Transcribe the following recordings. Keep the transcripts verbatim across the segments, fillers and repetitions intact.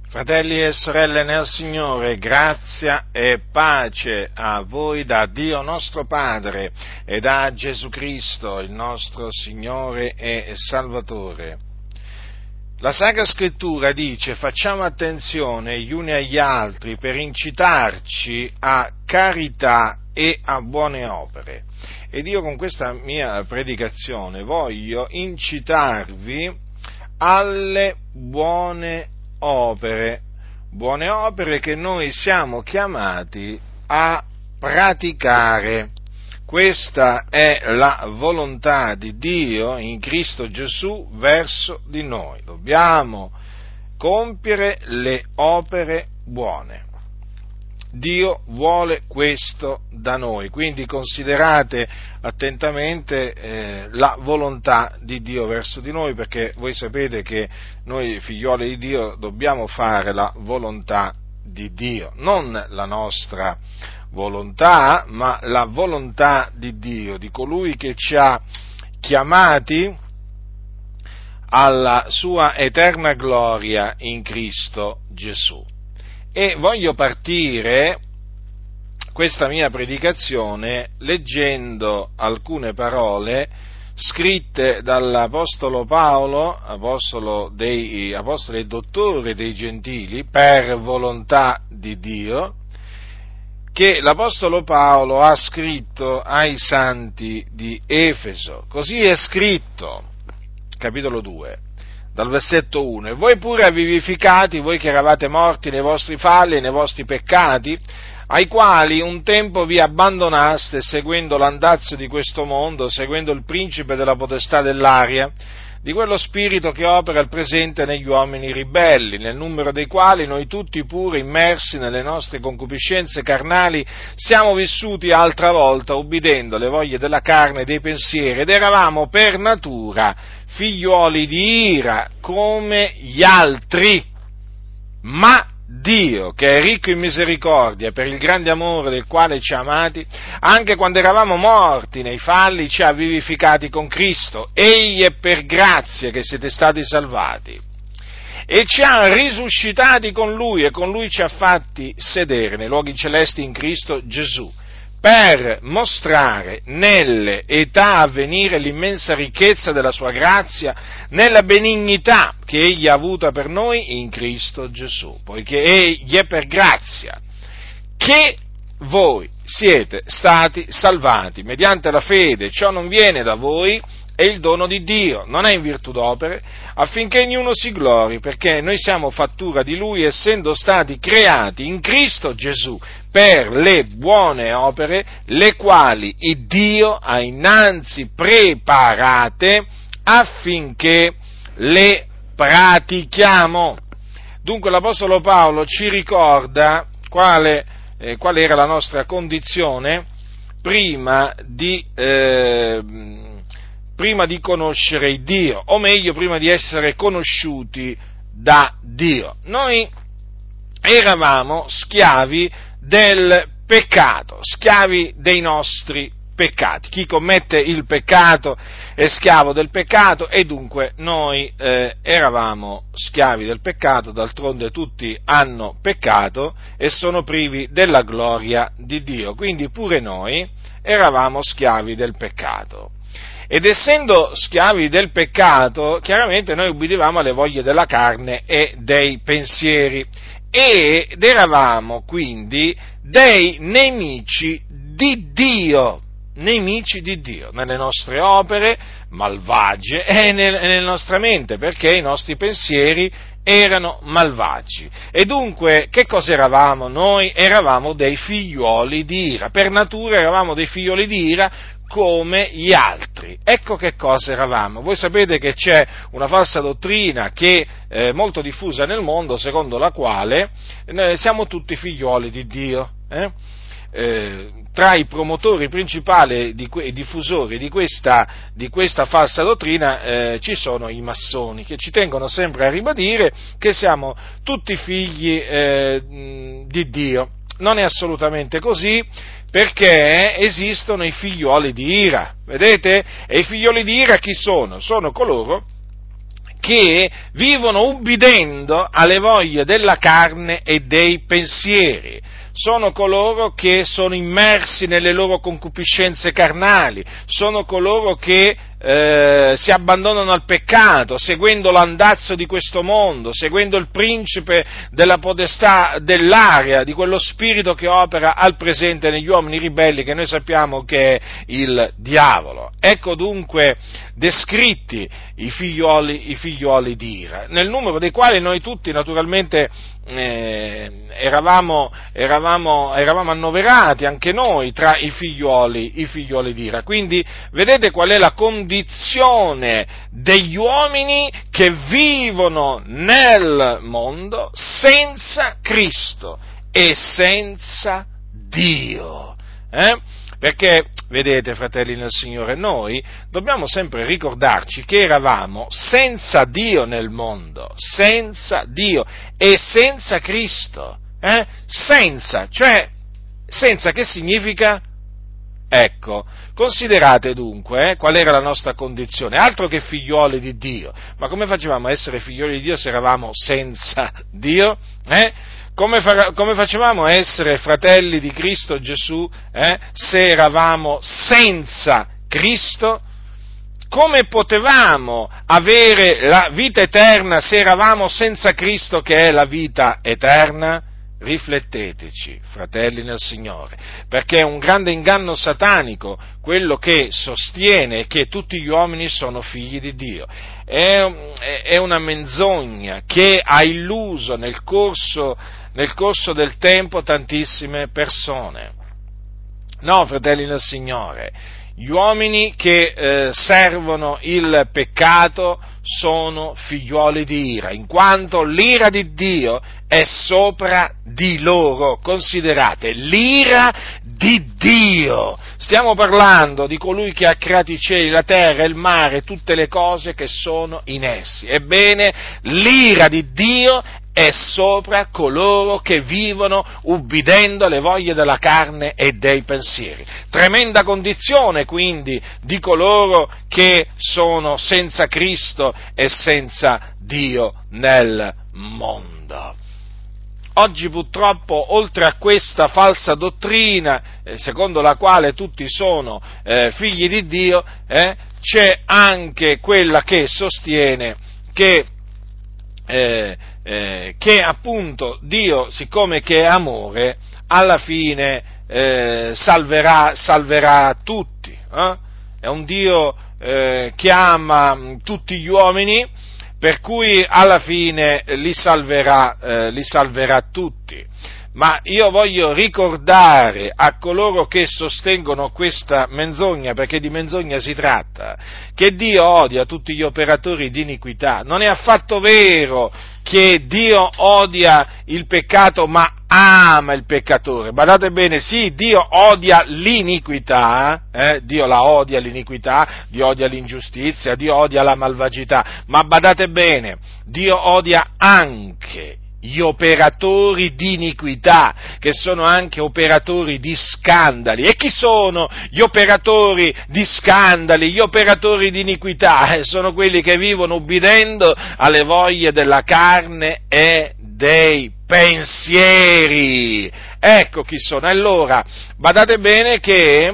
Fratelli e sorelle nel Signore, grazia e pace a voi da Dio nostro Padre e da Gesù Cristo, il nostro Signore e Salvatore. La Sacra Scrittura dice: facciamo attenzione gli uni agli altri per incitarci a carità e a buone opere. Ed io con questa mia predicazione voglio incitarvi alle buone opere, buone opere che noi siamo chiamati a praticare. Questa è la volontà di Dio in Cristo Gesù verso di noi. Dobbiamo compiere le opere buone. Dio vuole questo da noi, quindi considerate attentamente eh, la volontà di Dio verso di noi, perché voi sapete che noi figlioli di Dio dobbiamo fare la volontà di Dio, non la nostra volontà, ma la volontà di Dio, di colui che ci ha chiamati alla sua eterna gloria in Cristo Gesù. E voglio partire questa mia predicazione leggendo alcune parole scritte dall'Apostolo Paolo, apostolo dei, apostolo e dottore dei Gentili, per volontà di Dio, che l'Apostolo Paolo ha scritto ai santi di Efeso. Così è scritto, capitolo due. Dal versetto uno: e voi pure vivificati, voi che eravate morti nei vostri falli e nei vostri peccati, ai quali un tempo vi abbandonaste seguendo l'andazzo di questo mondo, seguendo il principe della potestà dell'aria, di quello spirito che opera al presente negli uomini ribelli, nel numero dei quali noi tutti pure immersi nelle nostre concupiscenze carnali siamo vissuti altra volta ubbidendo alle voglie della carne e dei pensieri, ed eravamo per natura figliuoli di ira come gli altri. Ma Dio, che è ricco in misericordia per il grande amore del quale ci ha amati, anche quando eravamo morti nei falli, ci ha vivificati con Cristo. Egli è per grazia che siete stati salvati. E ci ha risuscitati con Lui, e con Lui ci ha fatti sedere nei luoghi celesti in Cristo Gesù, per mostrare nelle età a venire l'immensa ricchezza della sua grazia, nella benignità che Egli ha avuta per noi in Cristo Gesù, poiché Egli è per grazia che voi siete stati salvati mediante la fede. Ciò non viene da voi, è il dono di Dio, non è in virtù d'opere, affinché ognuno si glori, perché noi siamo fattura di Lui, essendo stati creati in Cristo Gesù per le buone opere, le quali il Dio ha innanzi preparate affinché le pratichiamo. Dunque l'Apostolo Paolo ci ricorda quale, eh, qual era la nostra condizione prima di... Eh, prima di conoscere Dio, o meglio, prima di essere conosciuti da Dio. Noi eravamo schiavi del peccato, schiavi dei nostri peccati. Chi commette il peccato è schiavo del peccato, e dunque noi eh, eravamo schiavi del peccato. D'altronde tutti hanno peccato e sono privi della gloria di Dio, quindi pure noi eravamo schiavi del peccato. Ed essendo schiavi del peccato, chiaramente noi ubbidivamo alle voglie della carne e dei pensieri, ed eravamo quindi dei nemici di Dio, nemici di Dio, nelle nostre opere malvagie e nella nostra mente, perché i nostri pensieri erano malvagi. E dunque, che cosa eravamo noi? Eravamo dei figliuoli di ira, per natura eravamo dei figliuoli di ira, come gli altri. Ecco che cosa eravamo. Voi sapete che c'è una falsa dottrina che è molto diffusa nel mondo, secondo la quale noi siamo tutti figlioli di Dio. Eh? Eh, tra i promotori principali di que- diffusori di questa, di questa falsa dottrina eh, ci sono i massoni, che ci tengono sempre a ribadire che siamo tutti figli eh, di Dio. Non è assolutamente così, perché esistono i figlioli di ira, vedete? E i figlioli di ira chi sono? Sono coloro che vivono ubbidendo alle voglie della carne e dei pensieri. Sono coloro che sono immersi nelle loro concupiscenze carnali, sono coloro che eh, si abbandonano al peccato, seguendo l'andazzo di questo mondo, seguendo il principe della potestà dell'aria, di quello spirito che opera al presente negli uomini ribelli, che noi sappiamo che è il diavolo. Ecco dunque descritti i figlioli, i figlioli di ira, nel numero dei quali noi tutti naturalmente eh, eravamo, eravamo, eravamo annoverati anche noi tra i figlioli, i figlioli di ira. Quindi vedete qual è la condizione degli uomini che vivono nel mondo senza Cristo e senza Dio. Eh? Perché, vedete, fratelli nel Signore, noi dobbiamo sempre ricordarci che eravamo senza Dio nel mondo, senza Dio e senza Cristo. Eh? Senza, cioè, senza che significa? Ecco, considerate dunque eh, qual era la nostra condizione, altro che figlioli di Dio. Ma come facevamo a essere figlioli di Dio se eravamo senza Dio? Eh? Come, fa, come facevamo a essere fratelli di Cristo Gesù eh, se eravamo senza Cristo? Come potevamo avere la vita eterna se eravamo senza Cristo, che è la vita eterna? Rifletteteci, fratelli nel Signore, perché è un grande inganno satanico quello che sostiene che tutti gli uomini sono figli di Dio. È, è una menzogna che ha illuso nel corso, nel corso del tempo tantissime persone. No, fratelli nel Signore, gli uomini che eh, servono il peccato sono figliuoli di ira, in quanto l'ira di Dio è sopra di loro. Considerate, l'ira di Dio. Stiamo parlando di colui che ha creato i cieli, la terra, il mare, tutte le cose che sono in essi. Ebbene, l'ira di Dio è sopra coloro che vivono ubbidendo alle voglie della carne e dei pensieri. Tremenda condizione quindi di coloro che sono senza Cristo e senza Dio nel mondo. Oggi purtroppo, oltre a questa falsa dottrina, eh, secondo la quale tutti sono eh, figli di Dio, eh, c'è anche quella che sostiene che Eh, eh, che appunto Dio, siccome che è amore, alla fine eh, salverà, salverà tutti. Eh? È un Dio eh, che ama tutti gli uomini, per cui alla fine li salverà, eh, li salverà tutti. Ma io voglio ricordare a coloro che sostengono questa menzogna, perché di menzogna si tratta, che Dio odia tutti gli operatori di iniquità. Non è affatto vero che Dio odia il peccato, ma ama il peccatore. Badate bene, sì, Dio odia l'iniquità, eh? Dio la odia l'iniquità, Dio odia l'ingiustizia, Dio odia la malvagità, ma badate bene, Dio odia anche gli operatori di iniquità, che sono anche operatori di scandali. E chi sono gli operatori di scandali, gli operatori di iniquità? Eh, sono quelli che vivono ubbidendo alle voglie della carne e dei pensieri. Ecco chi sono. Allora, badate bene che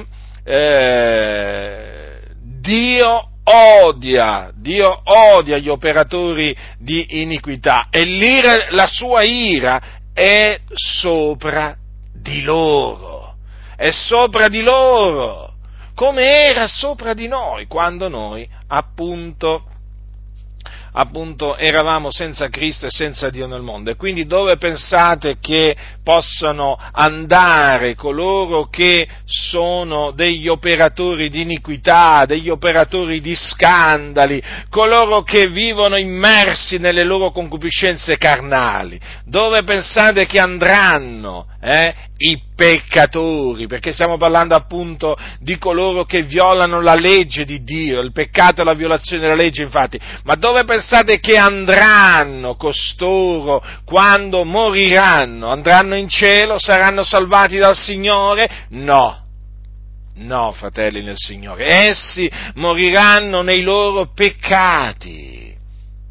eh, Dio odia, Dio odia gli operatori di iniquità e l'ira, la sua ira è sopra di loro, è sopra di loro, come era sopra di noi quando noi appunto appunto eravamo senza Cristo e senza Dio nel mondo. E quindi dove pensate che possano andare coloro che sono degli operatori di iniquità, degli operatori di scandali, coloro che vivono immersi nelle loro concupiscenze carnali? Dove pensate che andranno? Eh? I peccatori, perché stiamo parlando appunto di coloro che violano la legge di Dio, il peccato è la violazione della legge, infatti. Ma dove pensate che andranno costoro quando moriranno? Andranno in cielo? Saranno salvati dal Signore? No. No, fratelli nel Signore, essi moriranno nei loro peccati.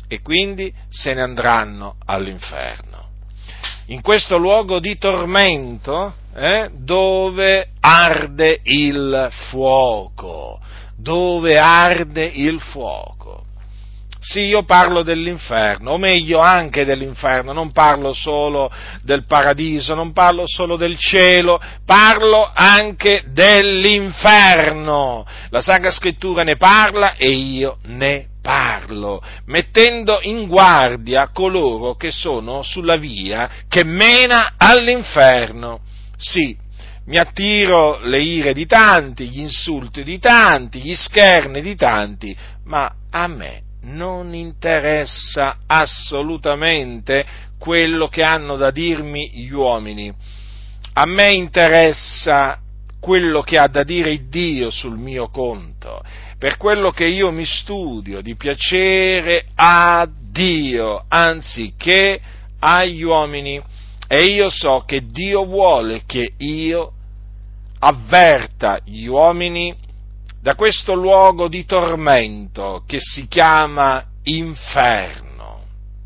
e quindi se ne andranno all'inferno. In questo luogo di tormento, eh, dove arde il fuoco, dove arde il fuoco. Sì, io parlo dell'inferno, o meglio anche dell'inferno, non parlo solo del paradiso, non parlo solo del cielo, parlo anche dell'inferno. La Sacra Scrittura ne parla e io ne parlo, mettendo in guardia coloro che sono sulla via che mena all'inferno. Sì, mi attiro le ire di tanti, gli insulti di tanti, gli scherni di tanti, ma a me non interessa assolutamente quello che hanno da dirmi gli uomini. A me interessa quello che ha da dire Dio sul mio conto, per quello che io mi studio, di piacere a Dio, anziché agli uomini. E io so che Dio vuole che io avverta gli uomini da questo luogo di tormento che si chiama inferno,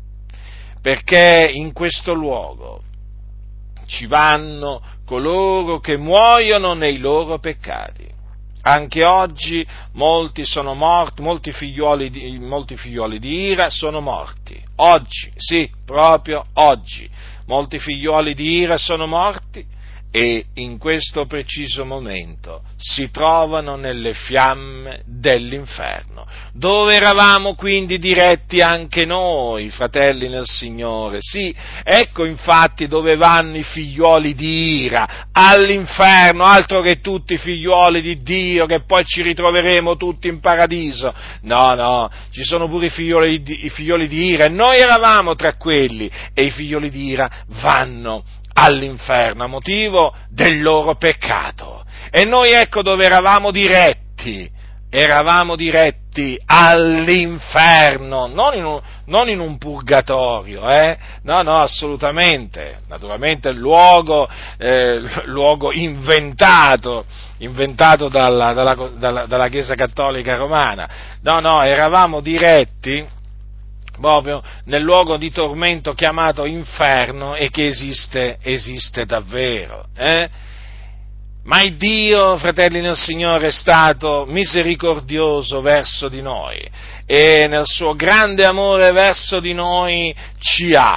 perché in questo luogo ci vanno coloro che muoiono nei loro peccati. Anche oggi molti sono morti, molti figlioli di, molti figlioli di ira sono morti. Oggi, sì, proprio oggi, molti figlioli di ira sono morti e in questo preciso momento si trovano nelle fiamme dell'inferno, dove eravamo quindi diretti anche noi, fratelli nel Signore. Sì, ecco infatti dove vanno i figlioli di ira, all'inferno, altro che tutti i figlioli di Dio, che poi ci ritroveremo tutti in paradiso. No, no, ci sono pure i figlioli di, i figlioli di ira, e noi eravamo tra quelli, e i figlioli di ira vanno all'inferno a motivo del loro peccato. E noi ecco dove eravamo diretti, eravamo diretti all'inferno, non in un, non in un purgatorio, eh? No, no, assolutamente, naturalmente il luogo, eh, luogo inventato, inventato dalla, dalla, dalla, dalla Chiesa Cattolica Romana. No, no, eravamo diretti proprio nel luogo di tormento chiamato inferno e che esiste, esiste davvero. Eh? Ma il Dio, fratelli nel Signore, è stato misericordioso verso di noi e nel suo grande amore verso di noi ci ha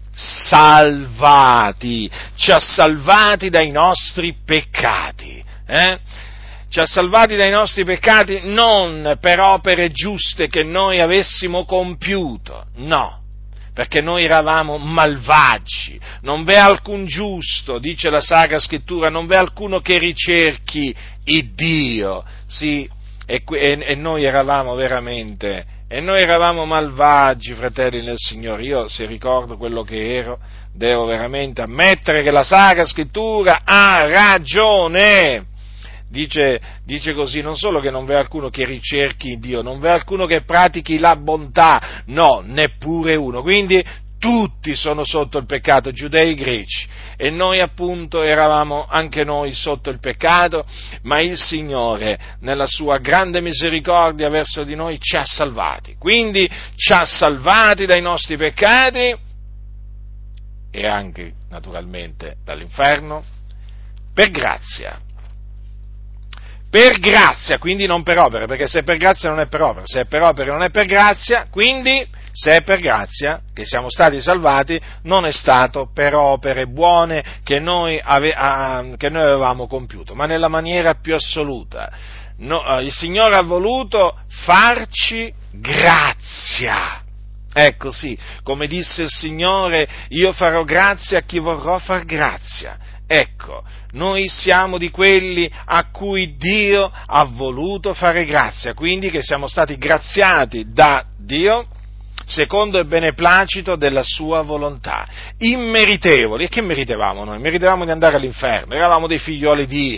salvati, ci ha salvati dai nostri peccati. Eh? Ci ha salvati dai nostri peccati non per opere giuste che noi avessimo compiuto, no, perché noi eravamo malvagi, non v'è alcun giusto, dice la Sacra Scrittura, non v'è alcuno che ricerchi il Dio, sì, e, e, e noi eravamo veramente, e noi eravamo malvagi, fratelli nel Signore. Io, se ricordo quello che ero, devo veramente ammettere che la Sacra Scrittura ha ragione. Dice, dice così, non solo che non v'è alcuno che ricerchi Dio, non v'è alcuno che pratichi la bontà, no, neppure uno. Quindi tutti sono sotto il peccato, giudei e greci, e noi appunto eravamo anche noi sotto il peccato, ma il Signore nella sua grande misericordia verso di noi ci ha salvati. Quindi ci ha salvati dai nostri peccati e anche naturalmente dall'inferno per grazia. Per grazia, quindi non per opere, perché se è per grazia non è per opere, se è per opere non è per grazia, quindi se è per grazia che siamo stati salvati non è stato per opere buone che noi, ave, ah, che noi avevamo compiuto, ma nella maniera più assoluta. No, il Signore ha voluto farci grazia. Ecco sì, come disse il Signore, io farò grazia a chi vorrò far grazia. Ecco, noi siamo di quelli a cui Dio ha voluto fare grazia, quindi che siamo stati graziati da Dio secondo il beneplacito della sua volontà, immeritevoli. E che meritevamo noi? Meritevamo di andare all'inferno, eravamo dei figlioli di ira,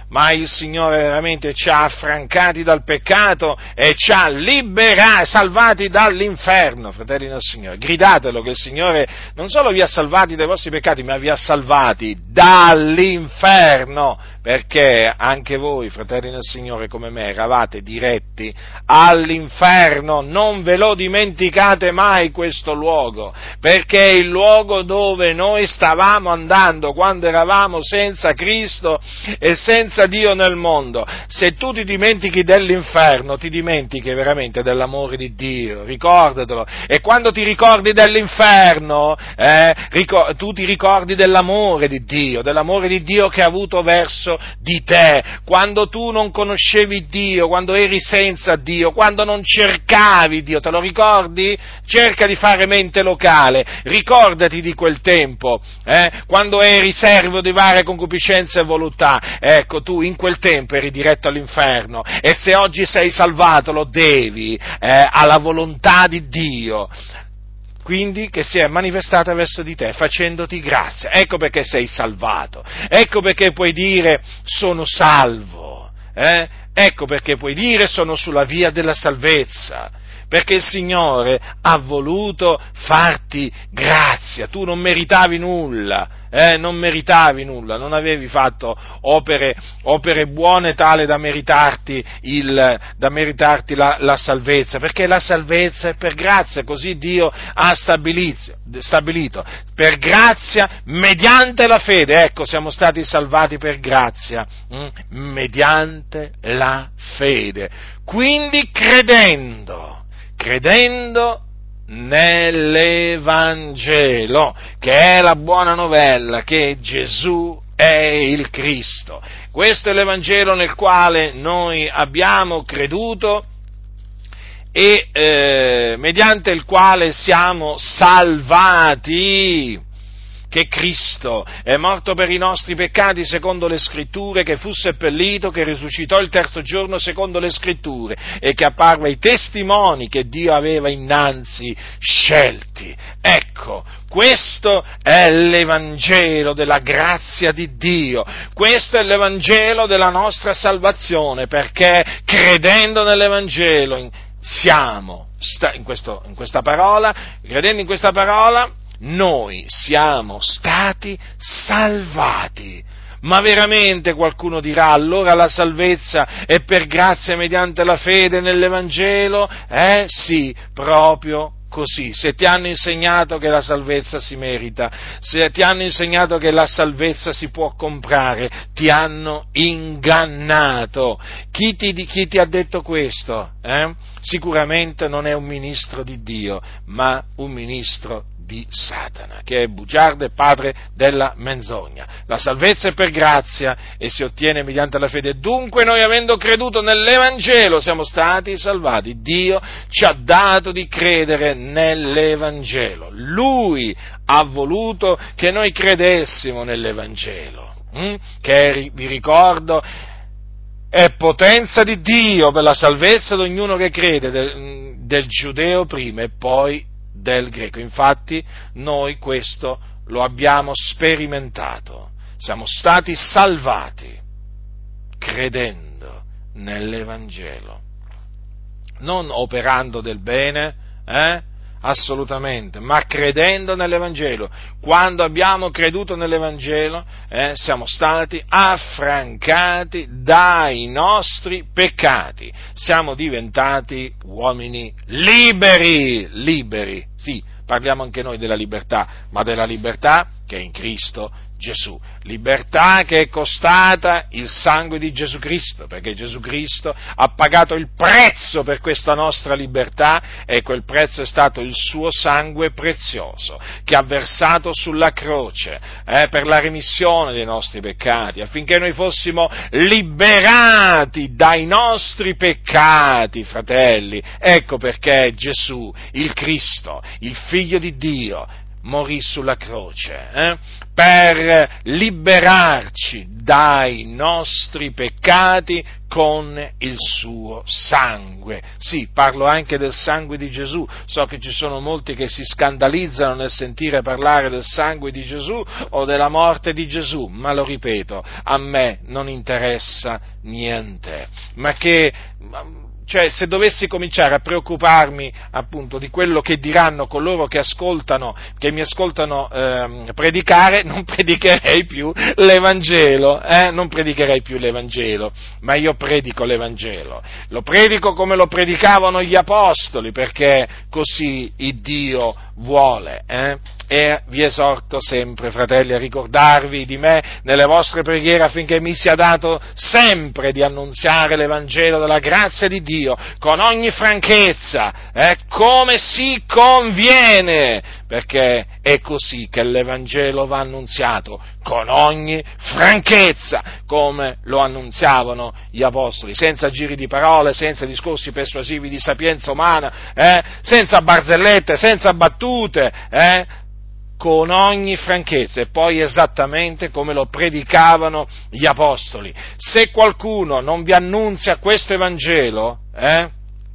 ma il Signore veramente ci ha affrancati dal peccato e ci ha liberati, salvati dall'inferno, fratelli del Signore. Gridatelo che il Signore non solo vi ha salvati dai vostri peccati, ma vi ha salvati dall'inferno, perché anche voi, fratelli del Signore, come me, eravate diretti all'inferno. Non ve lo dimenticate mai questo luogo, perché è il luogo dove noi stavamo andando quando eravamo senza Cristo e senza Dio nel mondo. Se tu ti dimentichi dell'inferno, ti dimentichi veramente dell'amore di Dio, ricordatelo. E quando ti ricordi dell'inferno, eh, ricor- tu ti ricordi dell'amore di Dio, dell'amore di Dio che ha avuto verso di te, quando tu non conoscevi Dio, quando eri senza Dio, quando non cercavi Dio, te lo ricordi? Cerca di fare mente locale, ricordati di quel tempo, eh, quando eri servo di varie concupiscenze e voluttà. Ecco, tu in quel tempo eri diretto all'inferno, e se oggi sei salvato lo devi eh, alla volontà di Dio, quindi che si è manifestata verso di te, facendoti grazia. Ecco perché sei salvato, ecco perché puoi dire sono salvo, eh? Ecco perché puoi dire sono sulla via della salvezza, perché il Signore ha voluto farti grazia. Tu non meritavi nulla, eh? non meritavi nulla, non avevi fatto opere, opere buone tale da meritarti, il, da meritarti la, la salvezza, perché la salvezza è per grazia, così Dio ha stabilito, stabilito, per grazia mediante la fede. Ecco, siamo stati salvati per grazia, hm? mediante la fede, quindi credendo, credendo nell'Evangelo, che è la buona novella, che Gesù è il Cristo. Questo è l'Evangelo nel quale noi abbiamo creduto e eh, mediante il quale siamo salvati. Che Cristo è morto per i nostri peccati secondo le Scritture, che fu seppellito, che risuscitò il terzo giorno secondo le Scritture e che apparve ai testimoni che Dio aveva innanzi scelti. Ecco, questo è l'Evangelo della grazia di Dio, questo è l'Evangelo della nostra salvazione, perché credendo nell'Evangelo siamo, in, questo, in questa parola, credendo in questa parola, noi siamo stati salvati. Ma veramente, qualcuno dirà, allora la salvezza è per grazia mediante la fede nell'Evangelo? Eh sì, proprio così. Se ti hanno insegnato che la salvezza si merita, se ti hanno insegnato che la salvezza si può comprare, ti hanno ingannato. Chi ti, chi ti ha detto questo? Eh? Sicuramente non è un ministro di Dio, ma un ministro di Satana, che è bugiardo e padre della menzogna. La salvezza è per grazia e si ottiene mediante la fede. Dunque noi, avendo creduto nell'Evangelo, siamo stati salvati. Dio ci ha dato di credere nell'Evangelo. Lui ha voluto che noi credessimo nell'Evangelo, hm? che, vi ricordo, è potenza di Dio per la salvezza di ognuno che crede, del, del giudeo prima e poi del greco. Infatti noi questo lo abbiamo sperimentato, siamo stati salvati credendo nell'Evangelo, non operando del bene, eh? Assolutamente, ma credendo nell'Evangelo. Quando abbiamo creduto nell'Evangelo, eh, siamo stati affrancati dai nostri peccati, siamo diventati uomini liberi, liberi, sì, parliamo anche noi della libertà, ma della libertà che è in Cristo Gesù, libertà che è costata il sangue di Gesù Cristo, perché Gesù Cristo ha pagato il prezzo per questa nostra libertà, e quel prezzo è stato il suo sangue prezioso, che ha versato sulla croce eh, per la remissione dei nostri peccati, affinché noi fossimo liberati dai nostri peccati, fratelli. Ecco perché Gesù, il Cristo, il Figlio di Dio, morì sulla croce, eh? per liberarci dai nostri peccati con il suo sangue. Sì, parlo anche del sangue di Gesù. So che ci sono molti che si scandalizzano nel sentire parlare del sangue di Gesù o della morte di Gesù, ma lo ripeto, a me non interessa niente, ma che... Cioè, se dovessi cominciare a preoccuparmi appunto di quello che diranno coloro che ascoltano, che mi ascoltano ehm, predicare, non predicherei più l'Evangelo, eh? non predicherei più l'Evangelo, ma io predico l'Evangelo, lo predico come lo predicavano gli apostoli, perché così il Dio vuole, eh? E vi esorto sempre, fratelli, a ricordarvi di me nelle vostre preghiere affinché mi sia dato sempre di annunziare l'Evangelo della grazia di Dio con ogni franchezza, eh, come si conviene, perché è così che l'Evangelo va annunziato, con ogni franchezza, come lo annunziavano gli apostoli, senza giri di parole, senza discorsi persuasivi di sapienza umana, eh, senza barzellette, senza battute, eh, con ogni franchezza, e poi esattamente come lo predicavano gli apostoli. Se qualcuno non vi annunzia questo Evangelo, eh,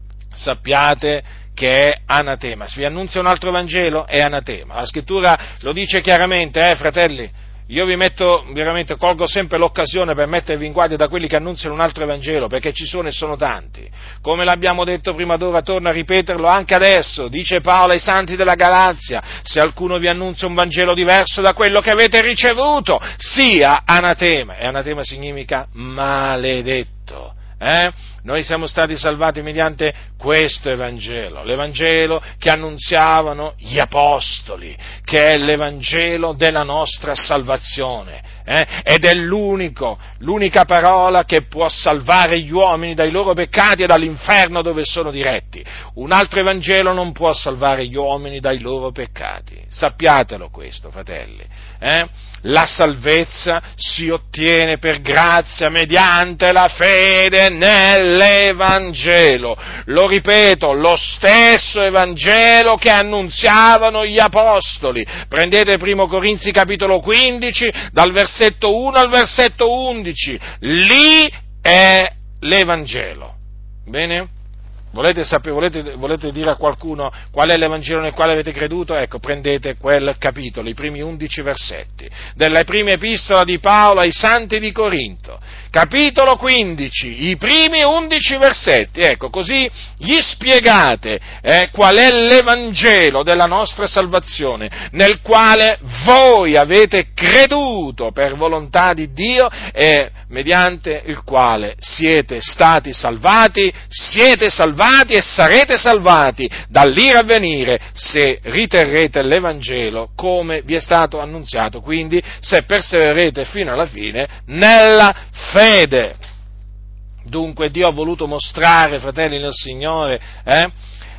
sappiate che è anatema. Se vi annunzia un altro Vangelo, è anatema. La Scrittura lo dice chiaramente, eh, fratelli. Io vi metto, veramente, colgo sempre l'occasione per mettervi in guardia da quelli che annunziano un altro Evangelo, perché ci sono e sono tanti. Come l'abbiamo detto prima d'ora, torno a ripeterlo anche adesso, dice Paolo ai santi della Galazia: se qualcuno vi annunzia un Vangelo diverso da quello che avete ricevuto, sia anatema. E anatema significa maledetto. Eh? Noi siamo stati salvati mediante questo Evangelo, l'Evangelo che annunziavano gli Apostoli, che è l'Evangelo della nostra salvazione, eh? ed è l'unico, l'unica parola che può salvare gli uomini dai loro peccati e dall'inferno dove sono diretti. Un altro Evangelo non può salvare gli uomini dai loro peccati. Sappiatelo questo, fratelli. Eh? La salvezza si ottiene per grazia mediante la fede nell'Evangelo. Lo ripeto, lo stesso Evangelo che annunziavano gli Apostoli. Prendete primo Corinzi capitolo quindici, dal versetto uno al versetto undici. Lì è l'Evangelo. Bene? Volete sapere, volete, volete dire a qualcuno qual è l'Evangelo nel quale avete creduto? Ecco, prendete quel capitolo, i primi undici versetti, della prima epistola di Paolo ai santi di Corinto, capitolo quindici, i primi undici versetti, ecco, così gli spiegate eh, qual è l'Evangelo della nostra salvazione, nel quale voi avete creduto per volontà di Dio e mediante il quale siete stati salvati, siete salvati e sarete salvati dall'ira a venire se riterrete l'Evangelo come vi è stato annunziato, quindi se persevererete fino alla fine nella fede. Dunque Dio ha voluto mostrare, fratelli nel Signore, eh,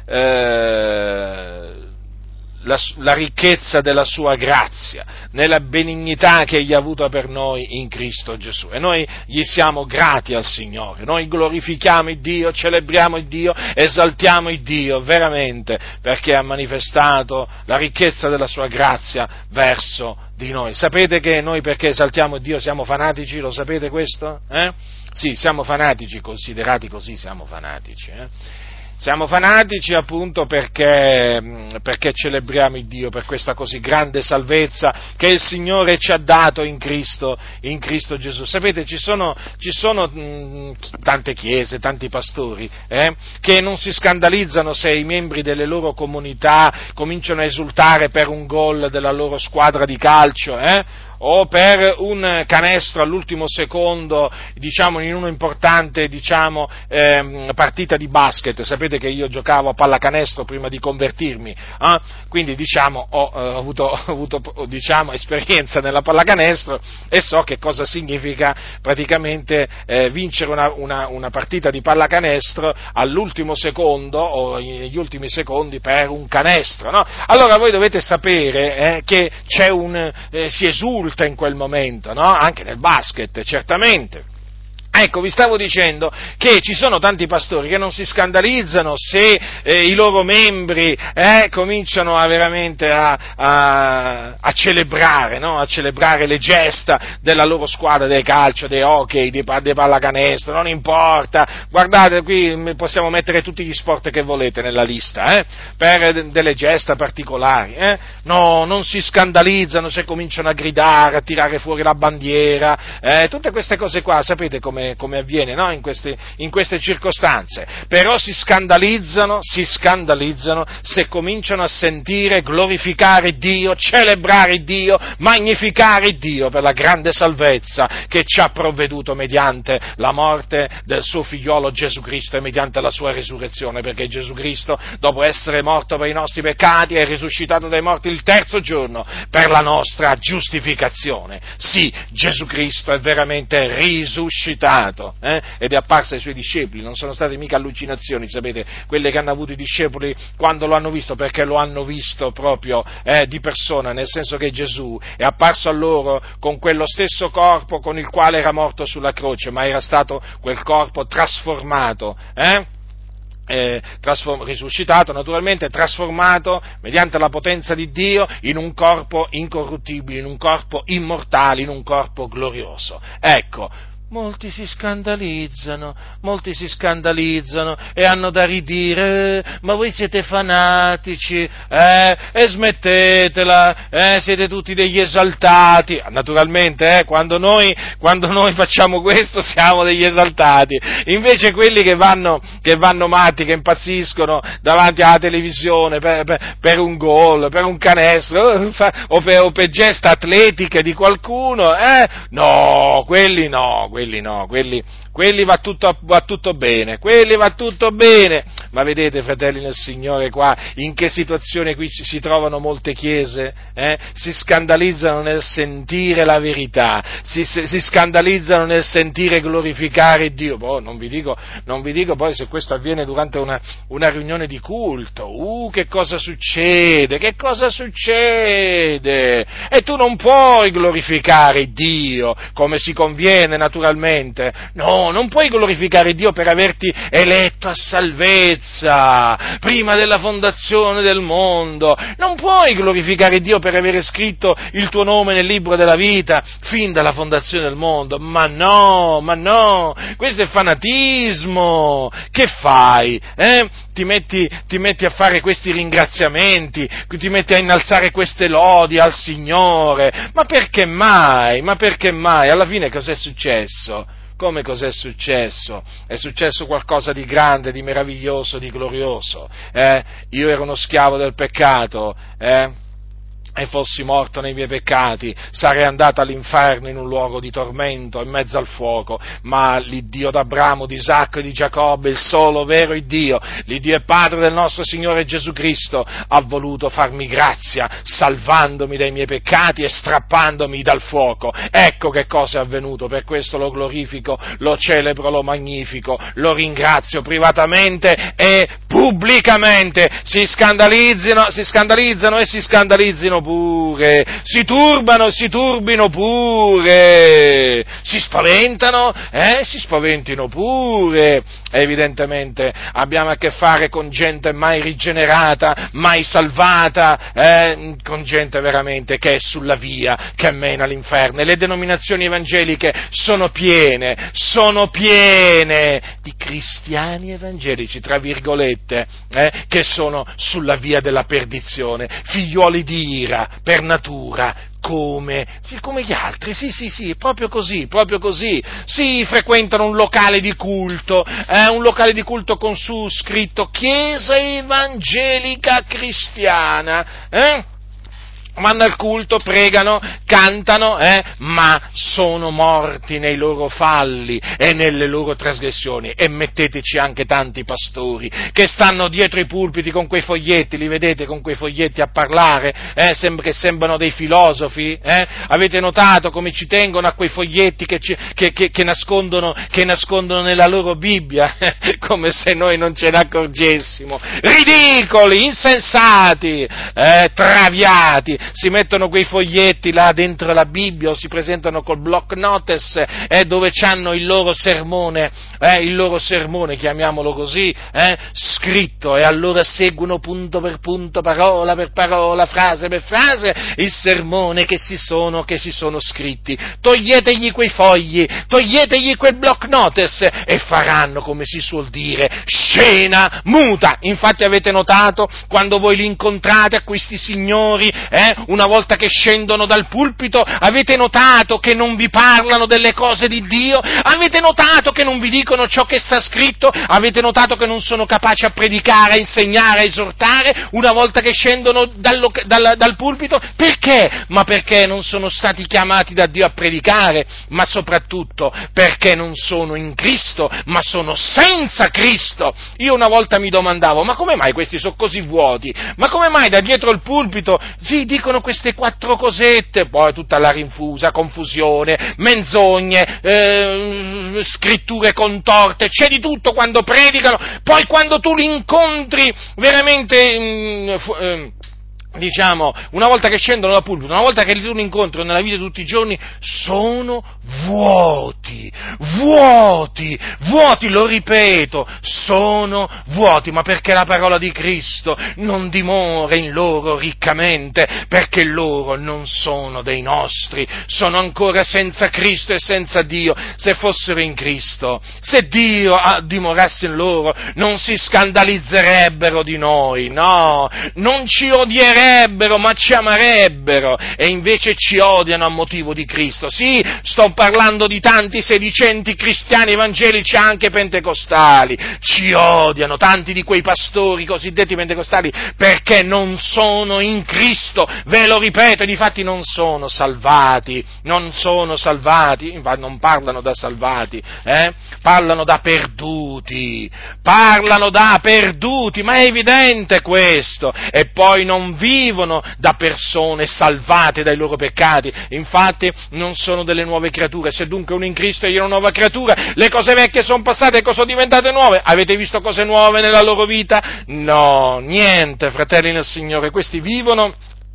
eh, La, la ricchezza della sua grazia, nella benignità che egli ha avuta per noi in Cristo Gesù, e noi gli siamo grati al Signore, noi glorifichiamo il Dio, celebriamo il Dio, esaltiamo il Dio veramente, perché ha manifestato la ricchezza della sua grazia verso di noi. Sapete che noi, perché esaltiamo il Dio, siamo fanatici? Lo sapete questo? Eh? Sì, siamo fanatici, considerati così siamo fanatici, eh? Siamo fanatici appunto perché, perché celebriamo il Dio per questa così grande salvezza che il Signore ci ha dato in Cristo, in Cristo Gesù. Sapete, ci sono, ci sono mh, tante chiese, tanti pastori eh, che non si scandalizzano se i membri delle loro comunità cominciano a esultare per un gol della loro squadra di calcio, eh? o per un canestro all'ultimo secondo, diciamo, in un'importante, diciamo, ehm, partita di basket. Sapete che io giocavo a pallacanestro prima di convertirmi, eh? quindi, diciamo, ho, eh, avuto, ho avuto, diciamo, esperienza nella pallacanestro e so che cosa significa praticamente eh, vincere una, una, una partita di pallacanestro all'ultimo secondo o negli ultimi secondi per un canestro, no? Allora voi dovete sapere eh, che c'è un, eh, si esulta in quel momento, no? Anche nel basket, certamente. Ecco, vi stavo dicendo che ci sono tanti pastori che non si scandalizzano se eh, i loro membri eh, cominciano a veramente a, a, a celebrare, no? A celebrare le gesta della loro squadra, del calcio, dei hockey, dei, dei pallacanestro, non importa. Guardate, qui possiamo mettere tutti gli sport che volete nella lista, eh, per delle gesta particolari. Eh? No, non si scandalizzano se cominciano a gridare, a tirare fuori la bandiera, eh, tutte queste cose qua, sapete come come avviene, no? in, queste, in queste circostanze, però si scandalizzano, si scandalizzano se cominciano a sentire glorificare Dio, celebrare Dio, magnificare Dio per la grande salvezza che ci ha provveduto mediante la morte del suo figliolo Gesù Cristo e mediante la sua risurrezione, perché Gesù Cristo, dopo essere morto per i nostri peccati, è risuscitato dai morti il terzo giorno per la nostra giustificazione. Sì, Gesù Cristo è veramente risuscitato. Eh? Ed è apparsa ai suoi discepoli, non sono state mica allucinazioni, sapete, quelle che hanno avuto i discepoli quando lo hanno visto, perché lo hanno visto proprio eh, di persona, nel senso che Gesù è apparso a loro con quello stesso corpo con il quale era morto sulla croce, ma era stato quel corpo trasformato, eh? Eh, trasform- risuscitato naturalmente, trasformato mediante la potenza di Dio in un corpo incorruttibile, in un corpo immortale, in un corpo glorioso. Ecco, molti si scandalizzano, molti si scandalizzano e hanno da ridire, eh, ma voi siete fanatici, eh, e smettetela, eh, siete tutti degli esaltati. Naturalmente, eh, quando noi, quando noi facciamo questo siamo degli esaltati, invece quelli che vanno, che vanno matti, che impazziscono davanti alla televisione per, per, per un gol, per un canestro, o per, o per gesta atletiche di qualcuno, eh, no, quelli no, quelli Quelli no, quelli, quelli va tutto, va tutto bene, quelli va tutto bene, ma vedete, fratelli nel Signore, qua, in che situazione qui si trovano molte chiese, eh? Si scandalizzano nel sentire la verità, si, si, si scandalizzano nel sentire glorificare Dio, poi non vi dico, non vi dico poi se questo avviene durante una, una riunione di culto, uh, che cosa succede, che cosa succede, e tu non puoi glorificare Dio come si conviene naturalmente. No, non puoi glorificare Dio per averti eletto a salvezza prima della fondazione del mondo, non puoi glorificare Dio per avere scritto il tuo nome nel libro della vita fin dalla fondazione del mondo, ma no, ma no, questo è fanatismo. Che fai? Eh? Ti metti, ti metti a fare questi ringraziamenti, ti metti a innalzare queste lodi al Signore, ma perché mai? Ma perché mai? Alla fine cos'è successo? Come cos'è successo? È successo qualcosa di grande, di meraviglioso, di glorioso. Eh? Io ero uno schiavo del peccato, eh? e fossi morto nei miei peccati, sarei andato all'inferno in un luogo di tormento, in mezzo al fuoco, ma l'Iddio d'Abramo, di Isacco e di Giacobbe, il solo vero Iddio, l'Iddio e Padre del nostro Signore Gesù Cristo, ha voluto farmi grazia, salvandomi dai miei peccati e strappandomi dal fuoco. Ecco che cosa è avvenuto, per questo lo glorifico, lo celebro, lo magnifico, lo ringrazio privatamente e pubblicamente. Si scandalizzino, si scandalizzano e si scandalizzino pure, si turbano, si turbino pure, si spaventano, eh, si spaventino pure. Evidentemente abbiamo a che fare con gente mai rigenerata, mai salvata, eh, con gente veramente che è sulla via, che mena all'inferno. E le denominazioni evangeliche sono piene, sono piene di cristiani evangelici, tra virgolette, eh, che sono sulla via della perdizione, figliuoli di ira per natura, come, come gli altri, sì, sì, sì, proprio così, proprio così, sì, frequentano un locale di culto, eh, un locale di culto con su scritto Chiesa Evangelica Cristiana, eh? Vanno al culto, pregano, cantano, eh, ma sono morti nei loro falli e nelle loro trasgressioni. E metteteci anche tanti pastori che stanno dietro i pulpiti con quei foglietti, li vedete con quei foglietti a parlare, eh, sembra che sembrano dei filosofi, eh? Avete notato come ci tengono a quei foglietti che, ci, che, che, che, nascondono, che nascondono nella loro Bibbia, come se noi non ce ne accorgessimo. Ridicoli, insensati, eh, traviati. si mettono quei foglietti là dentro la Bibbia o si presentano col block notice eh, dove c'hanno il loro sermone, eh, il loro sermone, chiamiamolo così, eh, scritto, e allora seguono punto per punto, parola per parola, frase per frase, il sermone che si sono, che si sono scritti. Toglietegli quei fogli, toglietegli quel block notice e faranno, come si suol dire, scena muta. Infatti avete notato, quando voi li incontrate a questi signori, eh, una volta che scendono dal pulpito, avete notato che non vi parlano delle cose di Dio? Avete notato che non vi dicono ciò che sta scritto? Avete notato che non sono capaci a predicare, a insegnare, a esortare una volta che scendono dal, dal, dal pulpito? Perché? Ma perché non sono stati chiamati da Dio a predicare, ma soprattutto perché non sono in Cristo, ma sono senza Cristo. Io una volta mi domandavo, ma come mai questi sono così vuoti? Ma come mai da dietro il pulpito si dicono queste quattro cosette? Poi tutta la rinfusa, confusione, menzogne, eh, scritture contorte, c'è di tutto quando predicano, poi quando tu li incontri veramente mh, fu, eh, diciamo, una volta che scendono da pulpito, una volta che li tu li incontri nella vita di tutti i giorni, sono vuoti, vuoti, vuoti, lo ripeto, sono vuoti, ma perché la parola di Cristo non dimora in loro riccamente, perché loro non sono dei nostri, sono ancora senza Cristo e senza Dio. Se fossero in Cristo, se Dio dimorasse in loro, non si scandalizzerebbero di noi, no, non ci odierebbero, ma ci amarebbero, e invece ci odiano a motivo di Cristo. Sì, sto parlando di tanti sedicenti cristiani evangelici, anche pentecostali, ci odiano, tanti di quei pastori cosiddetti pentecostali, perché non sono in Cristo, ve lo ripeto, e difatti non sono salvati, non sono salvati, infatti non parlano da salvati, eh? Parlano da perduti, parlano da perduti, ma è evidente questo, e poi non vi vivono da persone salvate dai loro peccati, infatti non sono delle nuove creature. Se dunque uno in Cristo è una nuova creatura, le cose vecchie sono passate e sono diventate nuove. Avete visto cose nuove nella loro vita? No, niente, fratelli nel Signore, questi vivono,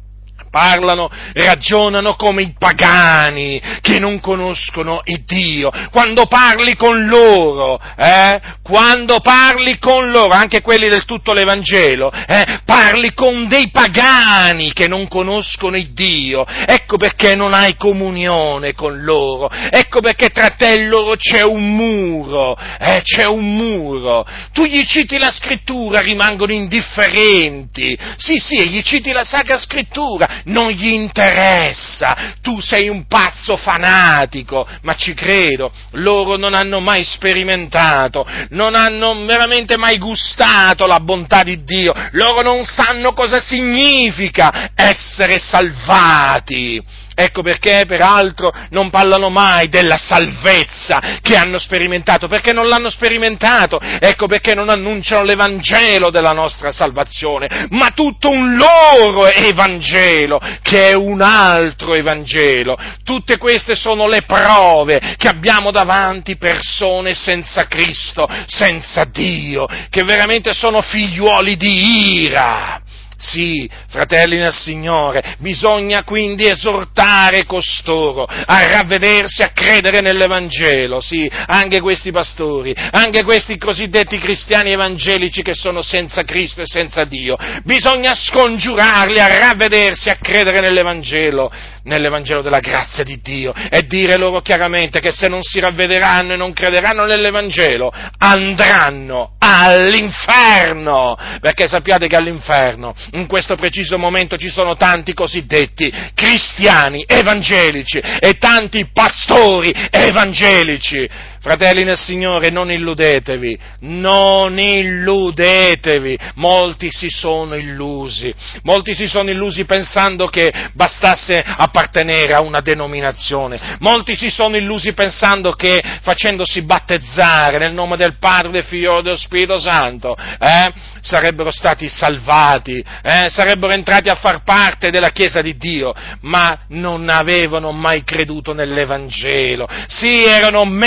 parlano, ragionano come i pagani che non conoscono il Dio. Quando parli con loro, eh, quando parli con loro, anche quelli del tutto l'Evangelo, eh, parli con dei pagani che non conoscono il Dio. Ecco perché non hai comunione con loro, ecco perché tra te e loro c'è un muro, eh, c'è un muro. Tu gli citi la Scrittura, rimangono indifferenti. Sì, sì, gli citi la Sacra Scrittura, non gli interessa, tu sei un pazzo fanatico, ma ci credo, loro non hanno mai sperimentato, non hanno veramente mai gustato la bontà di Dio, loro non sanno cosa significa essere salvati. Ecco perché, peraltro, non parlano mai della salvezza che hanno sperimentato, perché non l'hanno sperimentato. Ecco perché non annunciano l'Evangelo della nostra salvazione, ma tutto un loro Evangelo, che è un altro Evangelo. Tutte queste sono le prove che abbiamo davanti persone senza Cristo, senza Dio, che veramente sono figliuoli di ira. Sì, fratelli nel Signore, bisogna quindi esortare costoro a ravvedersi, a credere nell'Evangelo, sì, anche questi pastori, anche questi cosiddetti cristiani evangelici che sono senza Cristo e senza Dio, bisogna scongiurarli a ravvedersi, a credere nell'Evangelo, nell'Evangelo della grazia di Dio, e dire loro chiaramente che se non si ravvederanno e non crederanno nell'Evangelo, andranno all'inferno, perché sappiate che all'inferno in questo preciso momento ci sono tanti cosiddetti cristiani evangelici e tanti pastori evangelici. Fratelli nel Signore, non illudetevi, non illudetevi, molti si sono illusi, molti si sono illusi pensando che bastasse appartenere a una denominazione, molti si sono illusi pensando che facendosi battezzare nel nome del Padre, del Figlio e dello Spirito Santo, eh, sarebbero stati salvati, eh, sarebbero entrati a far parte della Chiesa di Dio, ma non avevano mai creduto nell'Evangelo, sì, erano membri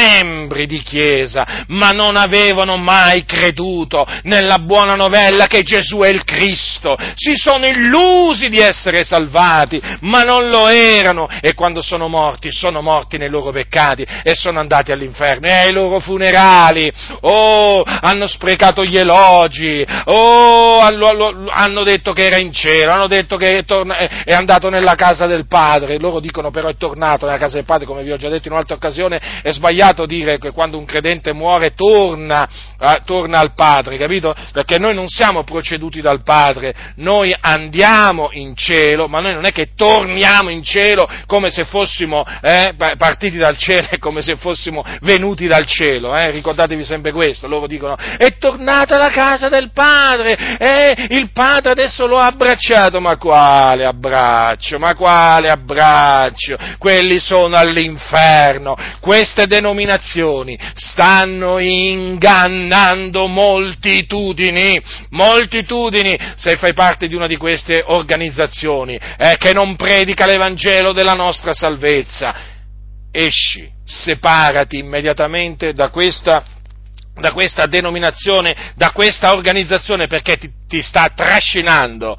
membri di chiesa, ma non avevano mai creduto nella buona novella che Gesù è il Cristo. Si sono illusi di essere salvati, ma non lo erano, e quando sono morti, sono morti nei loro peccati e sono andati all'inferno, e ai loro funerali, oh, hanno sprecato gli elogi, oh, hanno detto che era in cielo, hanno detto che è, torna, è andato nella casa del Padre. Loro dicono però è tornato nella casa del Padre, come vi ho già detto in un'altra occasione. È sbagliato dire che quando un credente muore torna, eh, torna al Padre, capito? Perché noi non siamo proceduti dal Padre, noi andiamo in cielo, ma noi non è che torniamo in cielo come se fossimo eh, partiti dal cielo, come se fossimo venuti dal cielo, eh? Ricordatevi sempre questo. Loro dicono è tornata alla casa del Padre, eh? Il Padre adesso lo ha abbracciato. Ma quale abbraccio, ma quale abbraccio? Quelli sono all'inferno. Queste denominazioni stanno ingannando moltitudini, moltitudini. Se fai parte di una di queste organizzazioni eh, che non predica l'Evangelo della nostra salvezza, esci, separati immediatamente da questa, da questa denominazione, da questa organizzazione, perché ti, ti sta trascinando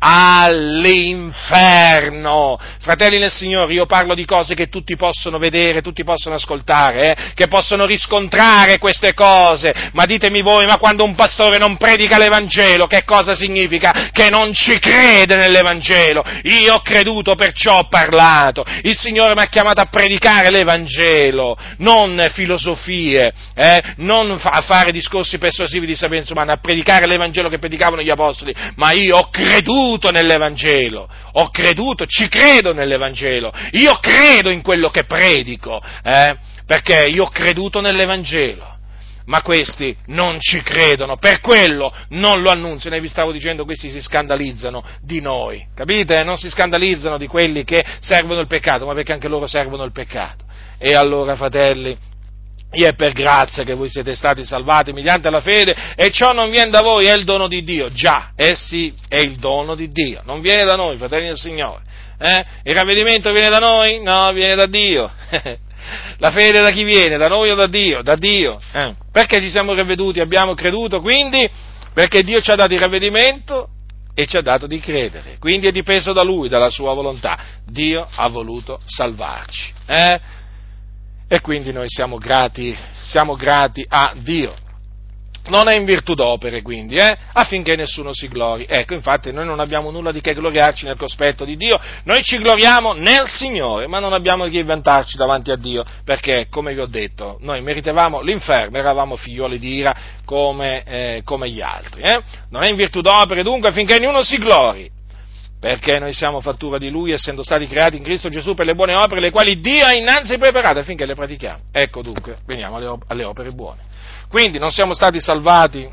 all'inferno. Fratelli nel Signore, io parlo di cose che tutti possono vedere, tutti possono ascoltare, eh, che possono riscontrare queste cose, ma ditemi voi, ma quando un pastore non predica l'Evangelo, che cosa significa? Che non ci crede nell'Evangelo. Io ho creduto, perciò ho parlato. Il Signore mi ha chiamato a predicare l'Evangelo, non filosofie, eh, non fa- a fare discorsi persuasivi di sapienza umana, a predicare l'Evangelo che predicavano gli Apostoli, ma io ho creduto nell'Evangelo, ho creduto, ci credo nell'Evangelo, io credo in quello che predico, eh, perché io ho creduto nell'Evangelo, ma questi non ci credono, per quello non lo annunziano, e vi stavo dicendo, questi si scandalizzano di noi, capite? Non si scandalizzano di quelli che servono il peccato, ma perché anche loro servono il peccato. E allora, fratelli, io è per grazia che voi siete stati salvati mediante la fede, e ciò non viene da voi, è il dono di Dio. Già, eh sì, è il dono di Dio, non viene da noi, fratelli del Signore. Eh? Il ravvedimento viene da noi? No, viene da Dio. La fede da chi viene? Da noi o da Dio? Da Dio. Eh? Perché ci siamo ravveduti? Abbiamo creduto, quindi, perché Dio ci ha dato il ravvedimento e ci ha dato di credere. Quindi è dipeso da Lui, dalla Sua volontà. Dio ha voluto salvarci. Eh? E quindi noi siamo grati, siamo grati a Dio. Non è in virtù d'opere, quindi, eh, affinché nessuno si glori. Ecco, infatti, noi non abbiamo nulla di che gloriarci nel cospetto di Dio, noi ci gloriamo nel Signore, ma non abbiamo di che vantarci davanti a Dio, perché, come vi ho detto, noi meritavamo l'inferno, eravamo figlioli di ira come, eh, come gli altri. Eh? Non è in virtù d'opere, dunque, affinché ognuno si glori. Perché noi siamo fattura di Lui, essendo stati creati in Cristo Gesù per le buone opere, le quali Dio ha innanzi preparate affinché le pratichiamo. Ecco dunque, veniamo alle, op- alle opere buone. Quindi non siamo stati salvati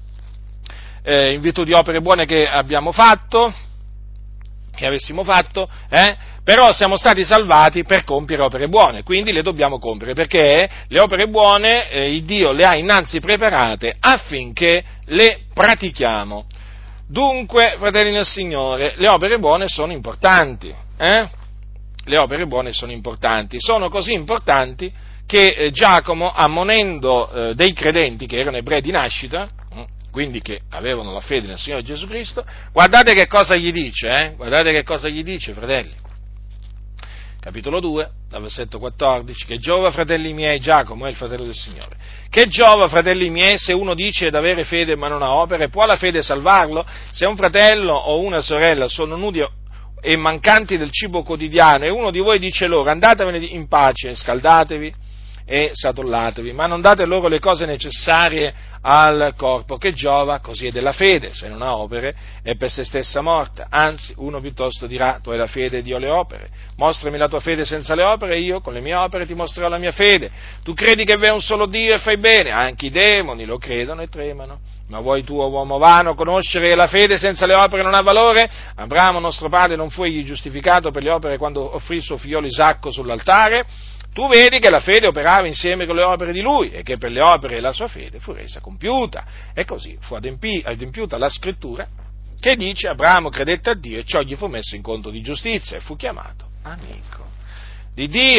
eh, in virtù di opere buone che abbiamo fatto, che avessimo fatto, eh? Però siamo stati salvati per compiere opere buone, quindi le dobbiamo compiere, perché le opere buone eh, il Dio le ha innanzi preparate affinché le pratichiamo. Dunque, fratelli nel Signore, le opere buone sono importanti, eh? Le opere buone sono importanti, sono così importanti che eh, Giacomo, ammonendo eh, dei credenti che erano ebrei di nascita, eh, quindi che avevano la fede nel Signore Gesù Cristo, guardate che cosa gli dice, eh? Guardate che cosa gli dice, fratelli. Capitolo due, dal versetto quattordici, che giova, fratelli miei, Giacomo è il fratello del Signore, che giova, fratelli miei, se uno dice d'avere fede ma non ha opere, può la fede salvarlo? Se un fratello o una sorella sono nudi e mancanti del cibo quotidiano, e uno di voi dice loro, andatevene in pace, scaldatevi e satollatevi, ma non date loro le cose necessarie al corpo, che giova, così è della fede, se non ha opere è per se stessa morta, anzi uno piuttosto dirà, tu hai la fede ed io le opere, mostrami la tua fede senza le opere, e io con le mie opere ti mostrerò la mia fede. Tu credi che v'è un solo Dio e fai bene, anche i demoni lo credono e tremano. Ma vuoi tu, uomo vano, conoscere che la fede senza le opere non ha valore? Abramo, nostro padre, non fu egli giustificato per le opere quando offrì il suo figliolo Isacco sull'altare? Tu vedi che la fede operava insieme con le opere di lui, e che per le opere la sua fede fu resa compiuta. E così fu adempi- adempiuta la scrittura che dice: Abramo credette a Dio e ciò gli fu messo in conto di giustizia, e fu chiamato amico di Dio.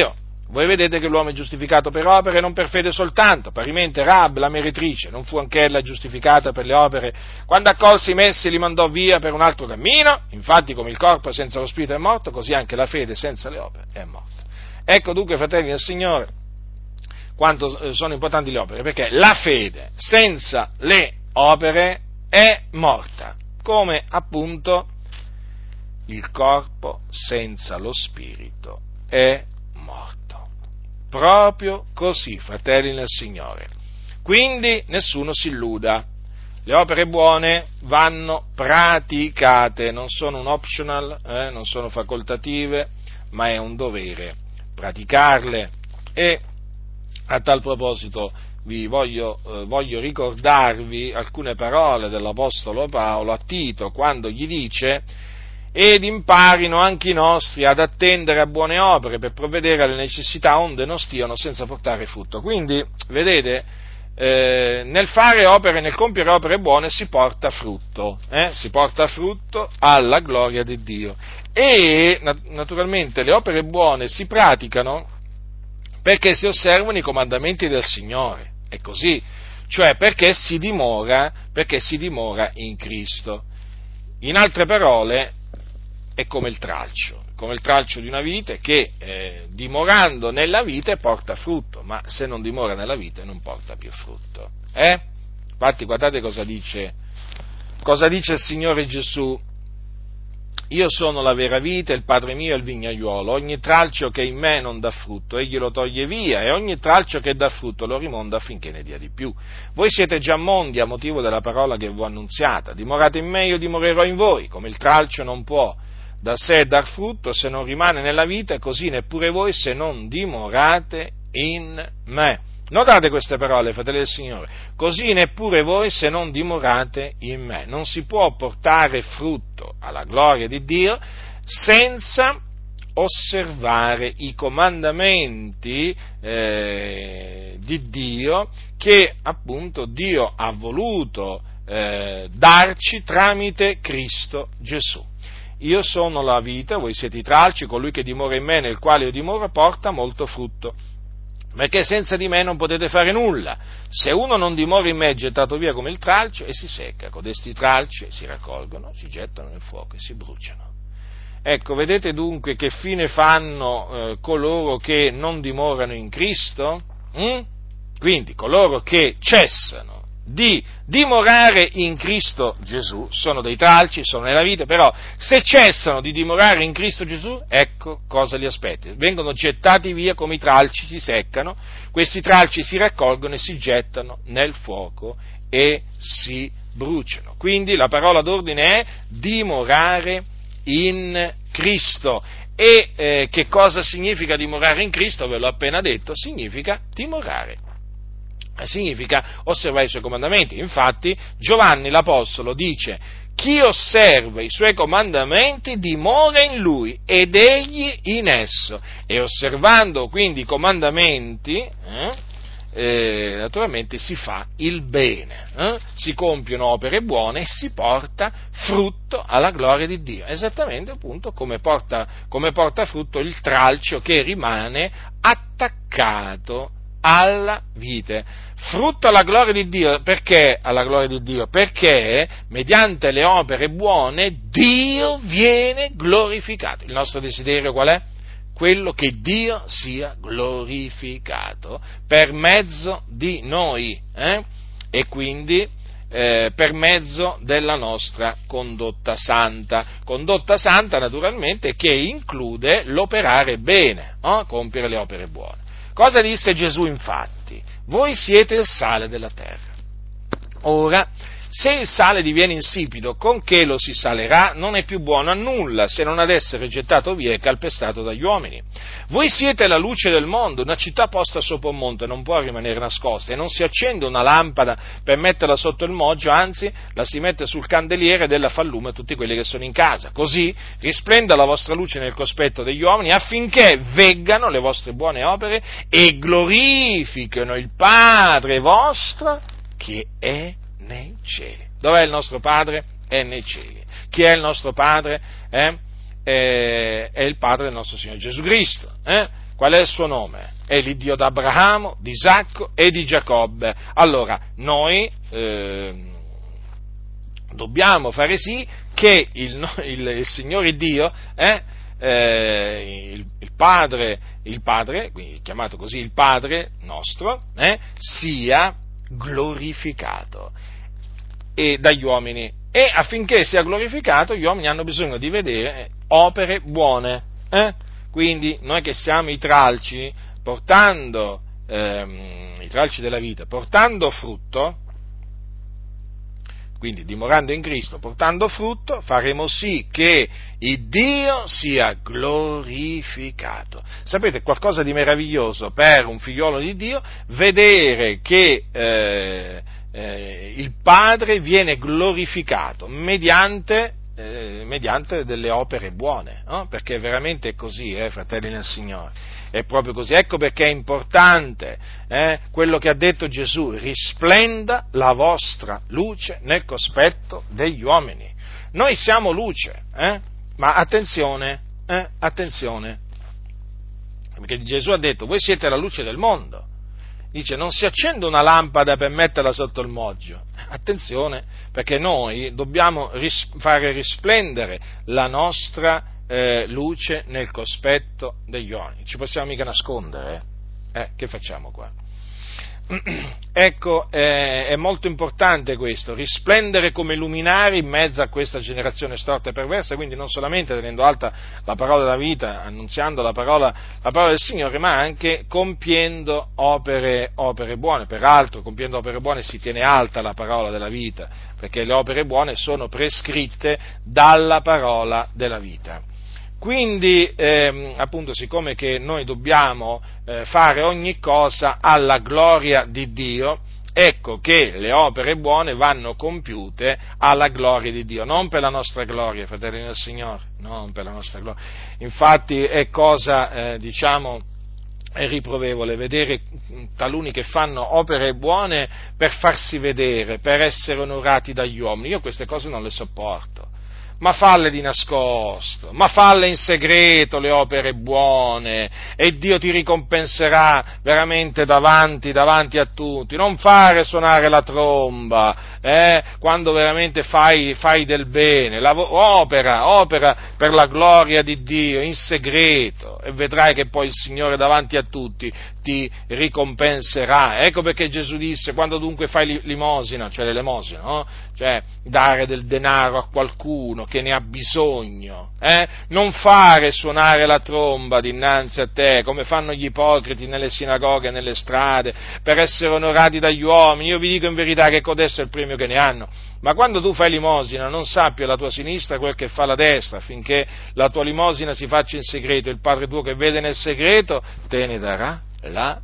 Voi vedete che l'uomo è giustificato per opere e non per fede soltanto. Parimente Rahab, la meretrice, non fu anch'ella giustificata per le opere quando accolse i messi e li mandò via per un altro cammino? Infatti, come il corpo senza lo spirito è morto, così anche la fede senza le opere è morta. Ecco dunque, fratelli del Signore, quanto sono importanti le opere, perché la fede senza le opere è morta, come appunto il corpo senza lo spirito è morto. Proprio così, fratelli nel Signore. Quindi nessuno si illuda. Le opere buone vanno praticate, non sono un optional, eh, non sono facoltative, ma è un dovere praticarle. E a tal proposito vi voglio, eh, voglio ricordarvi alcune parole dell'Apostolo Paolo a Tito, quando gli dice: ed imparino anche i nostri ad attendere a buone opere per provvedere alle necessità onde non stiano senza portare frutto. Quindi, vedete, eh, nel fare opere, nel compiere opere buone si porta frutto, eh? si porta frutto alla gloria di Dio. E naturalmente le opere buone si praticano perché si osservano i comandamenti del Signore, è così, cioè perché si dimora, perché si dimora in Cristo. In altre parole, è come il tralcio, come il tralcio di una vite che eh, dimorando nella vite porta frutto, ma se non dimora nella vite non porta più frutto. Eh? Infatti guardate cosa dice, cosa dice il Signore Gesù: io sono la vera vite, il Padre mio è il vignaiuolo, ogni tralcio che in me non dà frutto, egli lo toglie via, e ogni tralcio che dà frutto lo rimonda affinché ne dia di più. Voi siete già mondi a motivo della parola che vi ho annunziata, dimorate in me, io dimorerò in voi, come il tralcio non può da sé dar frutto se non rimane nella vita, così neppure voi se non dimorate in me. Notate queste parole, fratelli del Signore, così neppure voi se non dimorate in me. Non si può portare frutto alla gloria di Dio senza osservare i comandamenti eh, di Dio che appunto Dio ha voluto eh, darci tramite Cristo Gesù. Io sono la vite, voi siete i tralci, colui che dimora in me, nel quale io dimoro, porta molto frutto, perché senza di me non potete fare nulla. Se uno non dimora in me è gettato via come il tralcio e si secca, codesti tralci si raccolgono, si gettano nel fuoco e si bruciano. Ecco, vedete dunque che fine fanno eh, coloro che non dimorano in Cristo? Mm? Quindi coloro che cessano di dimorare in Cristo Gesù sono dei tralci, sono nella vita, però se cessano di dimorare in Cristo Gesù, ecco cosa li aspetta: vengono gettati via come i tralci, si seccano, questi tralci si raccolgono e si gettano nel fuoco e si bruciano. Quindi la parola d'ordine è dimorare in Cristo. E eh, che cosa significa dimorare in Cristo? Ve l'ho appena detto, significa dimorare. Significa osservare i suoi comandamenti. Infatti Giovanni l'Apostolo dice: chi osserva i suoi comandamenti dimora in lui ed egli in esso. E osservando quindi i comandamenti eh, eh, naturalmente si fa il bene, eh? si compiono opere buone e si porta frutto alla gloria di Dio, esattamente appunto come porta, come porta frutto il tralcio che rimane attaccato alla vite. Frutto alla gloria di Dio. Perché alla gloria di Dio? Perché mediante le opere buone Dio viene glorificato. Il nostro desiderio qual è? Quello che Dio sia glorificato per mezzo di noi eh? e quindi eh, per mezzo della nostra condotta santa. Condotta santa naturalmente che include l'operare bene, eh? compiere le opere buone. Cosa disse Gesù infatti? Voi siete il sale della terra. Ora, se il sale diviene insipido, con che lo si salerà? Non è più buono a nulla, se non ad essere gettato via e calpestato dagli uomini. Voi siete la luce del mondo, una città posta sopra un monte non può rimanere nascosta, e non si accende una lampada per metterla sotto il moggio, anzi la si mette sul candeliere della fa lume a tutti quelli che sono in casa. Così risplenda la vostra luce nel cospetto degli uomini, affinché veggano le vostre buone opere e glorifichino il Padre vostro che è nei cieli. Dov'è il nostro Padre? È nei cieli. Chi è il nostro Padre? Eh? È, è il Padre del nostro Signore Gesù Cristo. Eh? Qual è il suo nome? È l'Iddio d'Abramo, di Isacco e di Giacobbe. Allora, noi eh, dobbiamo fare sì che il, il, il Signore Dio, eh, eh, il, il Padre, il Padre, quindi chiamato così il Padre nostro, eh, sia glorificato e dagli uomini, e affinché sia glorificato gli uomini hanno bisogno di vedere opere buone, eh? Quindi noi che siamo i tralci, portando ehm, i tralci della vita, portando frutto, quindi dimorando in Cristo, portando frutto, faremo sì che il Dio sia glorificato. Sapete, è qualcosa di meraviglioso per un figliolo di Dio vedere che eh, eh, il Padre viene glorificato mediante, eh, mediante delle opere buone, no? Perché veramente è così, eh, fratelli nel Signore. È proprio così, ecco perché è importante eh, quello che ha detto Gesù: risplenda la vostra luce nel cospetto degli uomini. Noi siamo luce, eh? Ma attenzione, eh? attenzione, perché Gesù ha detto: voi siete la luce del mondo. Dice: non si accende una lampada per metterla sotto il moggio. Attenzione, perché noi dobbiamo ris- fare risplendere la nostra Eh, luce nel cospetto degli uomini. Ci possiamo mica nascondere, eh? Eh, che facciamo qua? Ecco, eh, è molto importante questo, risplendere come luminari in mezzo a questa generazione storta e perversa, quindi non solamente tenendo alta la parola della vita, annunziando la parola, la parola del Signore, ma anche compiendo opere, opere buone. Peraltro, compiendo opere buone si tiene alta la parola della vita, perché le opere buone sono prescritte dalla parola della vita. Quindi, ehm, appunto, siccome che noi dobbiamo eh, fare ogni cosa alla gloria di Dio, ecco che le opere buone vanno compiute alla gloria di Dio, non per la nostra gloria, fratelli del Signore, non per la nostra gloria. Infatti è cosa, eh, diciamo, è riprovevole vedere taluni che fanno opere buone per farsi vedere, per essere onorati dagli uomini. Io queste cose non le sopporto. Ma falle di nascosto, ma falle in segreto le opere buone, e Dio ti ricompenserà veramente davanti, davanti a tutti. Non fare suonare la tromba, eh, quando veramente fai, fai del bene. Lav- opera, opera per la gloria di Dio, in segreto, e vedrai che poi il Signore davanti a tutti ti ricompenserà. Ecco perché Gesù disse: quando dunque fai limosina, cioè l'elemosina, no? Cioè dare del denaro a qualcuno che ne ha bisogno, eh? Non fare suonare la tromba dinanzi a te, come fanno gli ipocriti nelle sinagoghe e nelle strade, per essere onorati dagli uomini. Io vi dico in verità che codesto è il premio che ne hanno. Ma quando tu fai limosina, non sappi alla tua sinistra quel che fa la destra, affinché la tua limosina si faccia in segreto. Il Padre tuo che vede nel segreto te ne darà la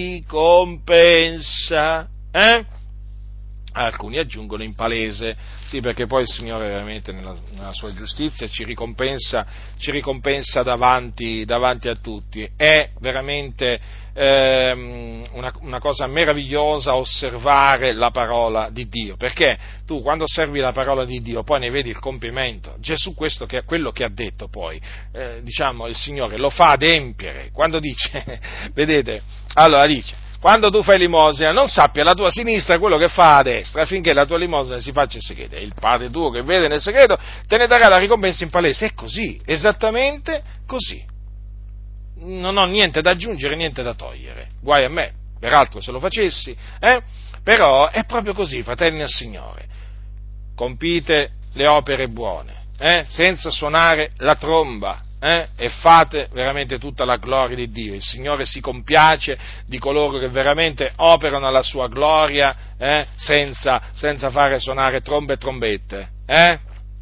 ricompensa. Eh? Alcuni aggiungono in palese, sì, perché poi il Signore veramente nella, nella sua giustizia ci ricompensa, ci ricompensa davanti, davanti a tutti. È veramente ehm, una, una cosa meravigliosa osservare la parola di Dio, perché tu quando osservi la parola di Dio poi ne vedi il compimento. Gesù questo che, quello che ha detto poi, eh, diciamo, il Signore lo fa adempiere, quando dice, vedete, allora dice: quando tu fai limosina, non sappi alla tua sinistra quello che fa a destra, affinché la tua limosina si faccia in segreto. E il Padre tuo che vede nel segreto te ne darà la ricompensa in palese. È così, esattamente così. Non ho niente da aggiungere, niente da togliere. Guai a me, peraltro se lo facessi, eh? Però è proprio così, fratelli del Signore. Compite le opere buone, eh? Senza suonare la tromba. Eh? E fate veramente tutta la gloria di Dio. Il Signore si compiace di coloro che veramente operano alla sua gloria, eh? senza, senza fare suonare trombe e trombette. Eh?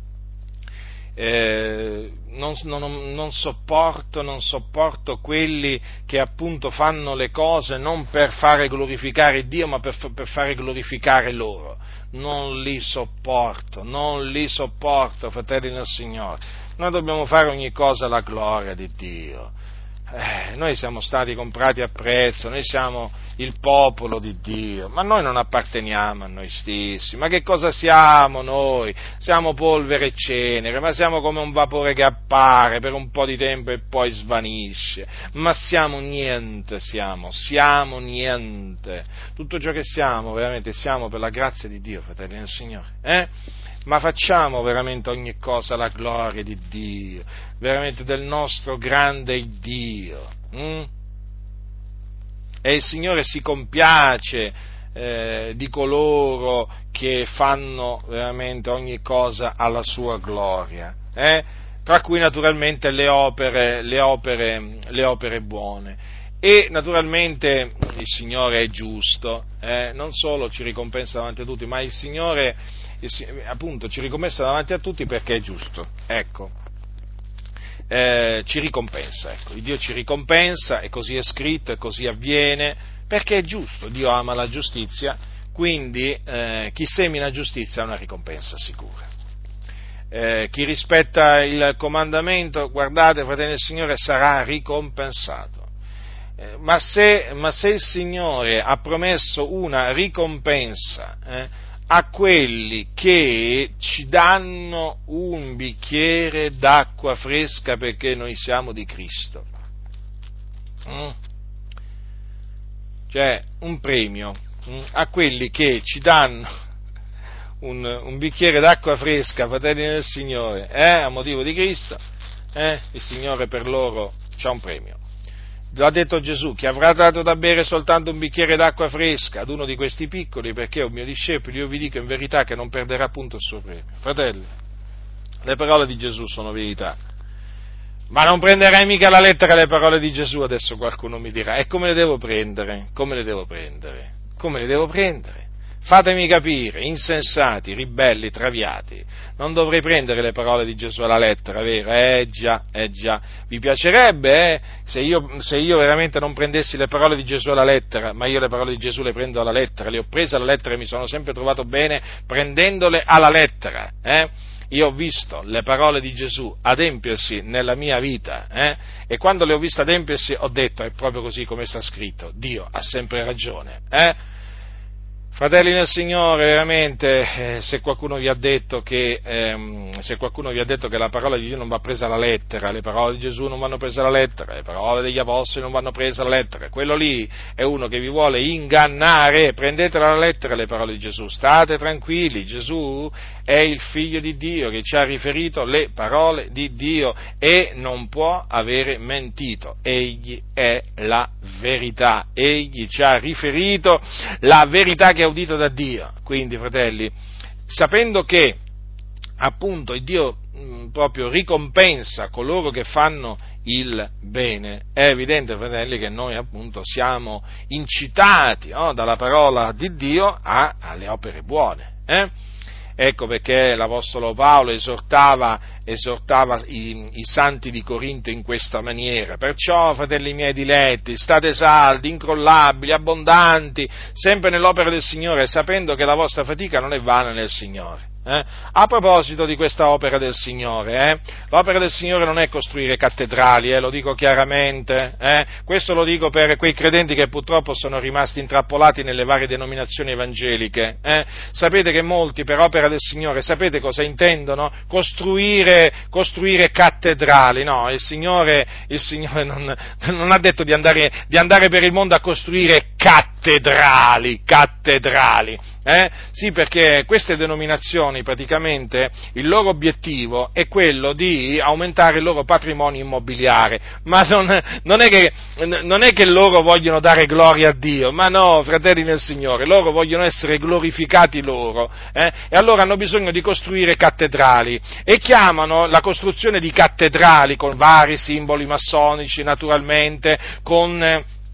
Eh, non, non, non sopporto, non sopporto quelli che appunto fanno le cose non per fare glorificare Dio, ma per, per fare glorificare loro. Non li sopporto, non li sopporto, fratelli del Signore. Noi dobbiamo fare ogni cosa alla gloria di Dio. Eh, noi siamo stati comprati a prezzo, noi siamo il popolo di Dio, ma noi non apparteniamo a noi stessi, ma che cosa siamo noi? Siamo polvere e cenere, ma siamo come un vapore che appare per un po' di tempo e poi svanisce, ma siamo niente, siamo, siamo niente, tutto ciò che siamo, veramente siamo per la grazia di Dio, fratelli del Signore, eh? Ma facciamo veramente ogni cosa alla gloria di Dio, veramente del nostro grande Dio. Hm? E il Signore si compiace eh, di coloro che fanno veramente ogni cosa alla sua gloria, eh? Tra cui naturalmente le opere, le opere, le opere buone. E naturalmente il Signore è giusto, eh? Non solo ci ricompensa davanti a tutti, ma il Signore appunto ci ricompensa davanti a tutti perché è giusto, ecco, eh, ci ricompensa, ecco, il Dio ci ricompensa e così è scritto e così avviene perché è giusto, Dio ama la giustizia, quindi eh, chi semina giustizia ha una ricompensa sicura. Eh, chi rispetta il comandamento, guardate, fratelli del Signore, sarà ricompensato. Eh, ma, se, ma se il Signore ha promesso una ricompensa eh, a quelli che ci danno un bicchiere d'acqua fresca perché noi siamo di Cristo, mm? Cioè un premio mm? a quelli che ci danno un, un bicchiere d'acqua fresca, fratelli del Signore, eh? a motivo di Cristo, eh? il Signore per loro c'ha un premio. L'ha detto Gesù, chi avrà dato da bere soltanto un bicchiere d'acqua fresca ad uno di questi piccoli, perché è un mio discepolo, io vi dico in verità che non perderà punto il suo premio. Fratelli, le parole di Gesù sono verità, ma non prenderai mica alla lettera le parole di Gesù, adesso qualcuno mi dirà, e come le devo prendere? Come le devo prendere? Come le devo prendere? Fatemi capire, insensati, ribelli, traviati, non dovrei prendere le parole di Gesù alla lettera, vero? Eh già, eh già, vi piacerebbe, eh? Se io, se io veramente non prendessi le parole di Gesù alla lettera, ma io le parole di Gesù le prendo alla lettera, le ho prese alla lettera e mi sono sempre trovato bene prendendole alla lettera, eh? Io ho visto le parole di Gesù adempiersi nella mia vita, eh? E quando le ho viste adempiersi ho detto, è proprio così come sta scritto, Dio ha sempre ragione, eh? Fratelli nel Signore, veramente, eh, se qualcuno vi ha detto che ehm, se qualcuno vi ha detto che la parola di Dio non va presa alla lettera, le parole di Gesù non vanno prese alla lettera, le parole degli apostoli non vanno prese alla lettera, quello lì è uno che vi vuole ingannare, prendetela alla lettera le parole di Gesù, state tranquilli, Gesù è il Figlio di Dio che ci ha riferito le parole di Dio e non può avere mentito, egli è la verità, egli ci ha riferito la verità che ha udito da Dio. Quindi, fratelli, sapendo che appunto il Dio mh, proprio ricompensa coloro che fanno il bene, è evidente, fratelli, che noi appunto siamo incitati no, dalla parola di Dio a, alle opere buone, eh? Ecco perché l'Apostolo Paolo esortava, esortava i, i santi di Corinto in questa maniera: perciò, fratelli miei diletti, state saldi, incrollabili, abbondanti, sempre nell'opera del Signore, sapendo che la vostra fatica non è vana nel Signore. Eh? A proposito di questa opera del Signore, eh? l'opera del Signore non è costruire cattedrali, eh? lo dico chiaramente, eh? questo lo dico per quei credenti che purtroppo sono rimasti intrappolati nelle varie denominazioni evangeliche. Eh? Sapete che molti per opera del Signore, sapete cosa intendono? Costruire, costruire cattedrali, no, il Signore, il Signore non, non ha detto di andare, di andare per il mondo a costruire cattedrali, cattedrali. Eh? Sì, perché queste denominazioni praticamente il loro obiettivo è quello di aumentare il loro patrimonio immobiliare, ma non, non, è che, non è che loro vogliono dare gloria a Dio, ma no, fratelli nel Signore, loro vogliono essere glorificati loro, eh? E allora hanno bisogno di costruire cattedrali e chiamano la costruzione di cattedrali con vari simboli massonici naturalmente, con...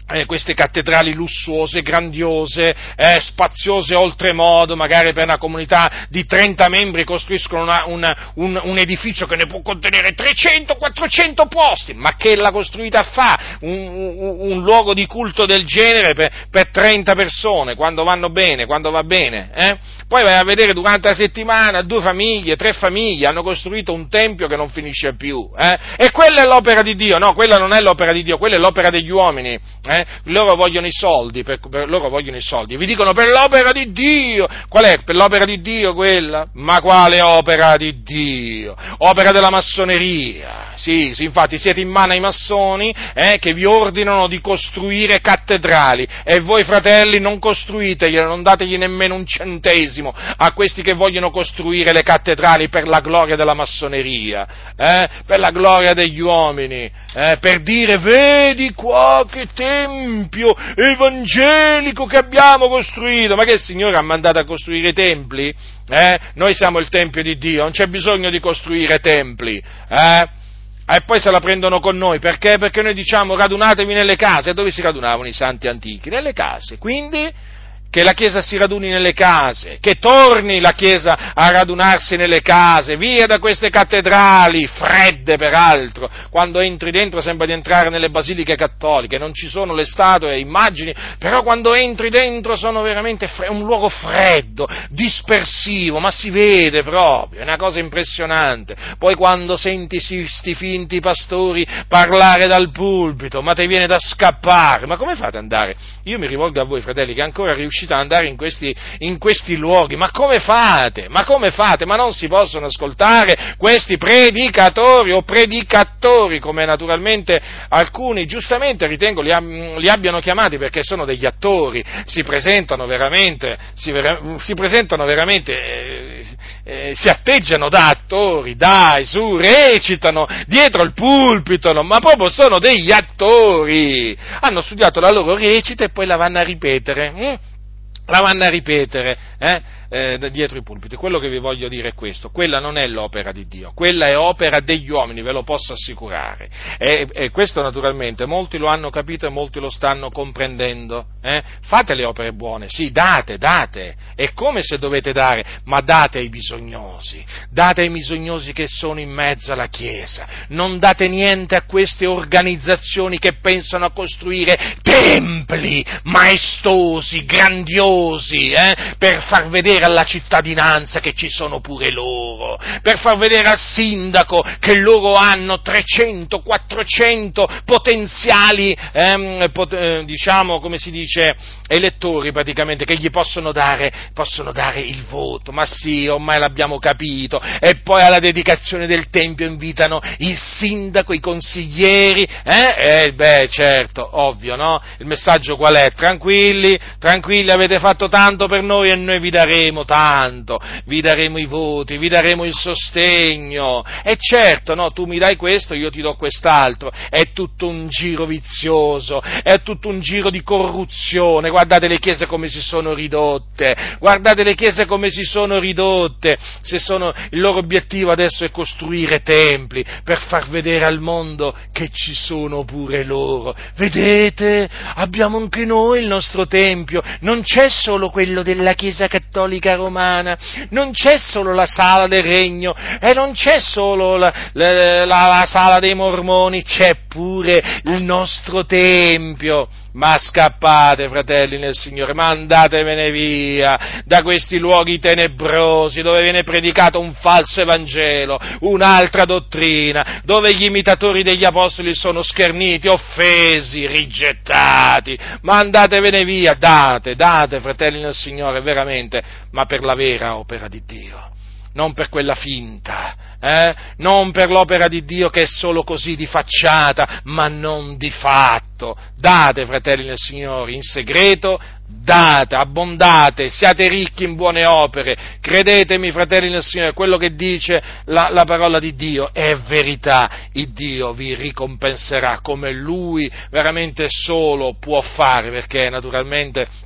Eh, queste cattedrali lussuose, grandiose, eh, spaziose oltremodo, magari per una comunità di trenta membri costruiscono una, una, un, un edificio che ne può contenere trecento quattrocento posti, ma che l'ha costruita a fa? Un, un, un luogo di culto del genere per, per trenta persone, quando vanno bene, quando va bene, eh? Poi vai a vedere durante la settimana due famiglie, tre famiglie hanno costruito un tempio che non finisce più, eh? E quella è l'opera di Dio? No, quella non è l'opera di Dio, quella è l'opera degli uomini, eh? Loro vogliono i soldi, per, per, loro vogliono i soldi, vi dicono per l'opera di Dio. Qual è per l'opera di Dio quella? Ma quale opera di Dio? Opera della massoneria, sì, sì, infatti siete in mano ai massoni, eh, che vi ordinano di costruire cattedrali, e voi fratelli non costruitegliele, non dategli nemmeno un centesimo a questi che vogliono costruire le cattedrali per la gloria della massoneria, eh, per la gloria degli uomini, eh, per dire vedi qua che tempio evangelico che abbiamo costruito. Ma che il Signore ha mandato a costruire i templi? Eh? Noi siamo il Tempio di Dio, non c'è bisogno di costruire templi, eh? E poi se la prendono con noi, perché? Perché noi diciamo radunatevi nelle case. E dove si radunavano i santi antichi? Nelle case. Quindi che la Chiesa si raduni nelle case, che torni la Chiesa a radunarsi nelle case, via da queste cattedrali, fredde peraltro. Quando entri dentro sembra di entrare nelle basiliche cattoliche, non ci sono le statue e immagini, però quando entri dentro sono veramente fre- un luogo freddo, dispersivo, ma si vede proprio, è una cosa impressionante. Poi quando senti sti finti pastori parlare dal pulpito, ma ti viene da scappare. Ma come fate ad andare? Io mi rivolgo a voi fratelli che ancora riuscite ad andare in questi, in questi luoghi, ma come fate? Ma come fate? Ma non si possono ascoltare questi predicatori o predicatori, come naturalmente alcuni giustamente ritengo li, li abbiano chiamati, perché sono degli attori, si presentano veramente, si, si presentano veramente, eh, eh, si atteggiano da attori, dai, su, recitano dietro il pulpito, no? Ma proprio sono degli attori, hanno studiato la loro recita e poi la vanno a ripetere, hm? la vanno a ripetere eh, eh, dietro i pulpiti. Quello che vi voglio dire è questo: quella non è l'opera di Dio, quella è opera degli uomini, ve lo posso assicurare, e, e questo naturalmente molti lo hanno capito e molti lo stanno comprendendo. Eh? Fate le opere buone, sì, date, date, è come se dovete dare, ma date ai bisognosi, date ai bisognosi che sono in mezzo alla Chiesa, non date niente a queste organizzazioni che pensano a costruire templi maestosi, grandiosi, eh? Per far vedere alla cittadinanza che ci sono pure loro, per far vedere al sindaco che loro hanno trecento quattrocento potenziali, ehm, pot- eh, diciamo, come si dice, elettori praticamente, che gli possono dare, possono dare il voto. Ma sì, ormai l'abbiamo capito. E poi alla dedicazione del Tempio invitano il sindaco, i consiglieri, eh? Eh, beh, certo, ovvio, no? Il messaggio qual è? Tranquilli, tranquilli, avete fatto tanto per noi e noi vi daremo tanto, vi daremo i voti, vi daremo il sostegno. E certo, no, tu mi dai questo, io ti do quest'altro. È tutto un giro vizioso, è tutto un giro di corruzione. Guardate le chiese come si sono ridotte, guardate le chiese come si sono ridotte, se sono, il loro obiettivo adesso è costruire templi per far vedere al mondo che ci sono pure loro. Vedete, abbiamo anche noi il nostro tempio, non c'è solo quello della Chiesa Cattolica Romana, non c'è solo la Sala del Regno e non c'è solo la, la, la, la Sala dei Mormoni, c'è pure il nostro tempio. Ma scappate, fratelli nel Signore, ma andatevene via da questi luoghi tenebrosi dove viene predicato un falso Evangelo, un'altra dottrina, dove gli imitatori degli apostoli sono scherniti, offesi, rigettati. Ma andatevene via, date, date, fratelli nel Signore, veramente, ma per la vera opera di Dio. Non per quella finta, eh? Non per l'opera di Dio che è solo così di facciata, ma non di fatto. Date, fratelli nel Signore, in segreto, date, abbondate, siate ricchi in buone opere. Credetemi, fratelli nel Signore, quello che dice la, la parola di Dio è verità. Il Dio vi ricompenserà come Lui veramente solo può fare, perché naturalmente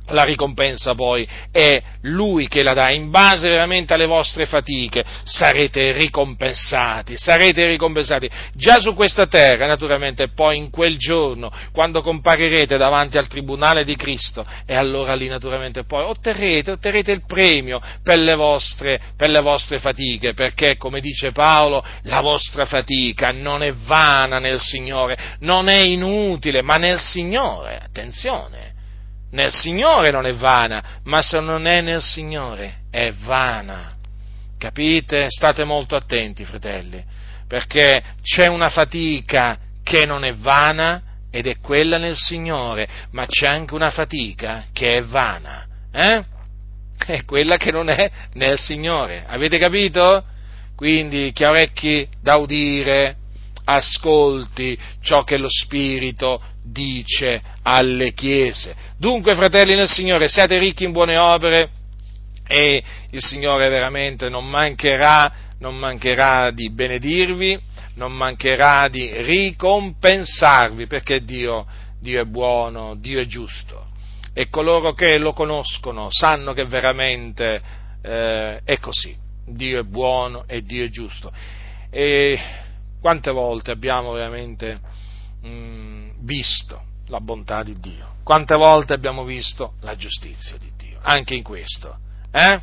la ricompensa poi è Lui che la dà, in base veramente alle vostre fatiche sarete ricompensati, sarete ricompensati, già su questa terra naturalmente, e poi in quel giorno, quando comparirete davanti al tribunale di Cristo, e allora lì naturalmente poi otterrete, otterrete il premio per le vostre, per le vostre fatiche, perché come dice Paolo, la vostra fatica non è vana nel Signore, non è inutile, ma nel Signore, attenzione, nel Signore non è vana, ma se non è nel Signore è vana. Capite? State molto attenti, fratelli, perché c'è una fatica che non è vana ed è quella nel Signore, ma c'è anche una fatica che è vana, eh? È quella che non è nel Signore. Avete capito? Quindi chi ha orecchi da udire ascolti ciò che lo Spirito dice alle chiese. Dunque, fratelli nel Signore, siate ricchi in buone opere e il Signore veramente non mancherà, non mancherà di benedirvi, non mancherà di ricompensarvi, perché Dio, Dio è buono, Dio è giusto, e coloro che lo conoscono sanno che veramente eh, è così. Dio è buono e Dio è giusto. E quante volte abbiamo veramente mh, visto la bontà di Dio? Quante volte abbiamo visto la giustizia di Dio? Anche in questo, eh?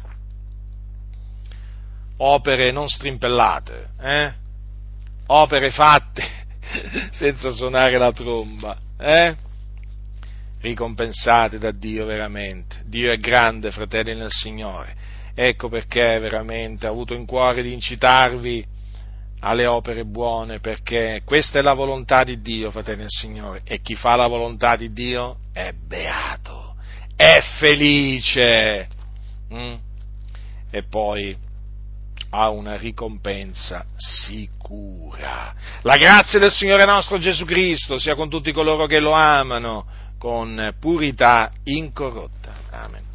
Opere non strimpellate, eh? Opere fatte senza suonare la tromba, eh? Ricompensate da Dio veramente. Dio è grande, fratelli nel Signore. Ecco perché veramente ha avuto in cuore di incitarvi alle opere buone, perché questa è la volontà di Dio, fratelli del Signore, e chi fa la volontà di Dio è beato, è felice, mm? E poi ha una ricompensa sicura. La grazia del Signore nostro Gesù Cristo sia con tutti coloro che lo amano con purità incorrotta. Amen.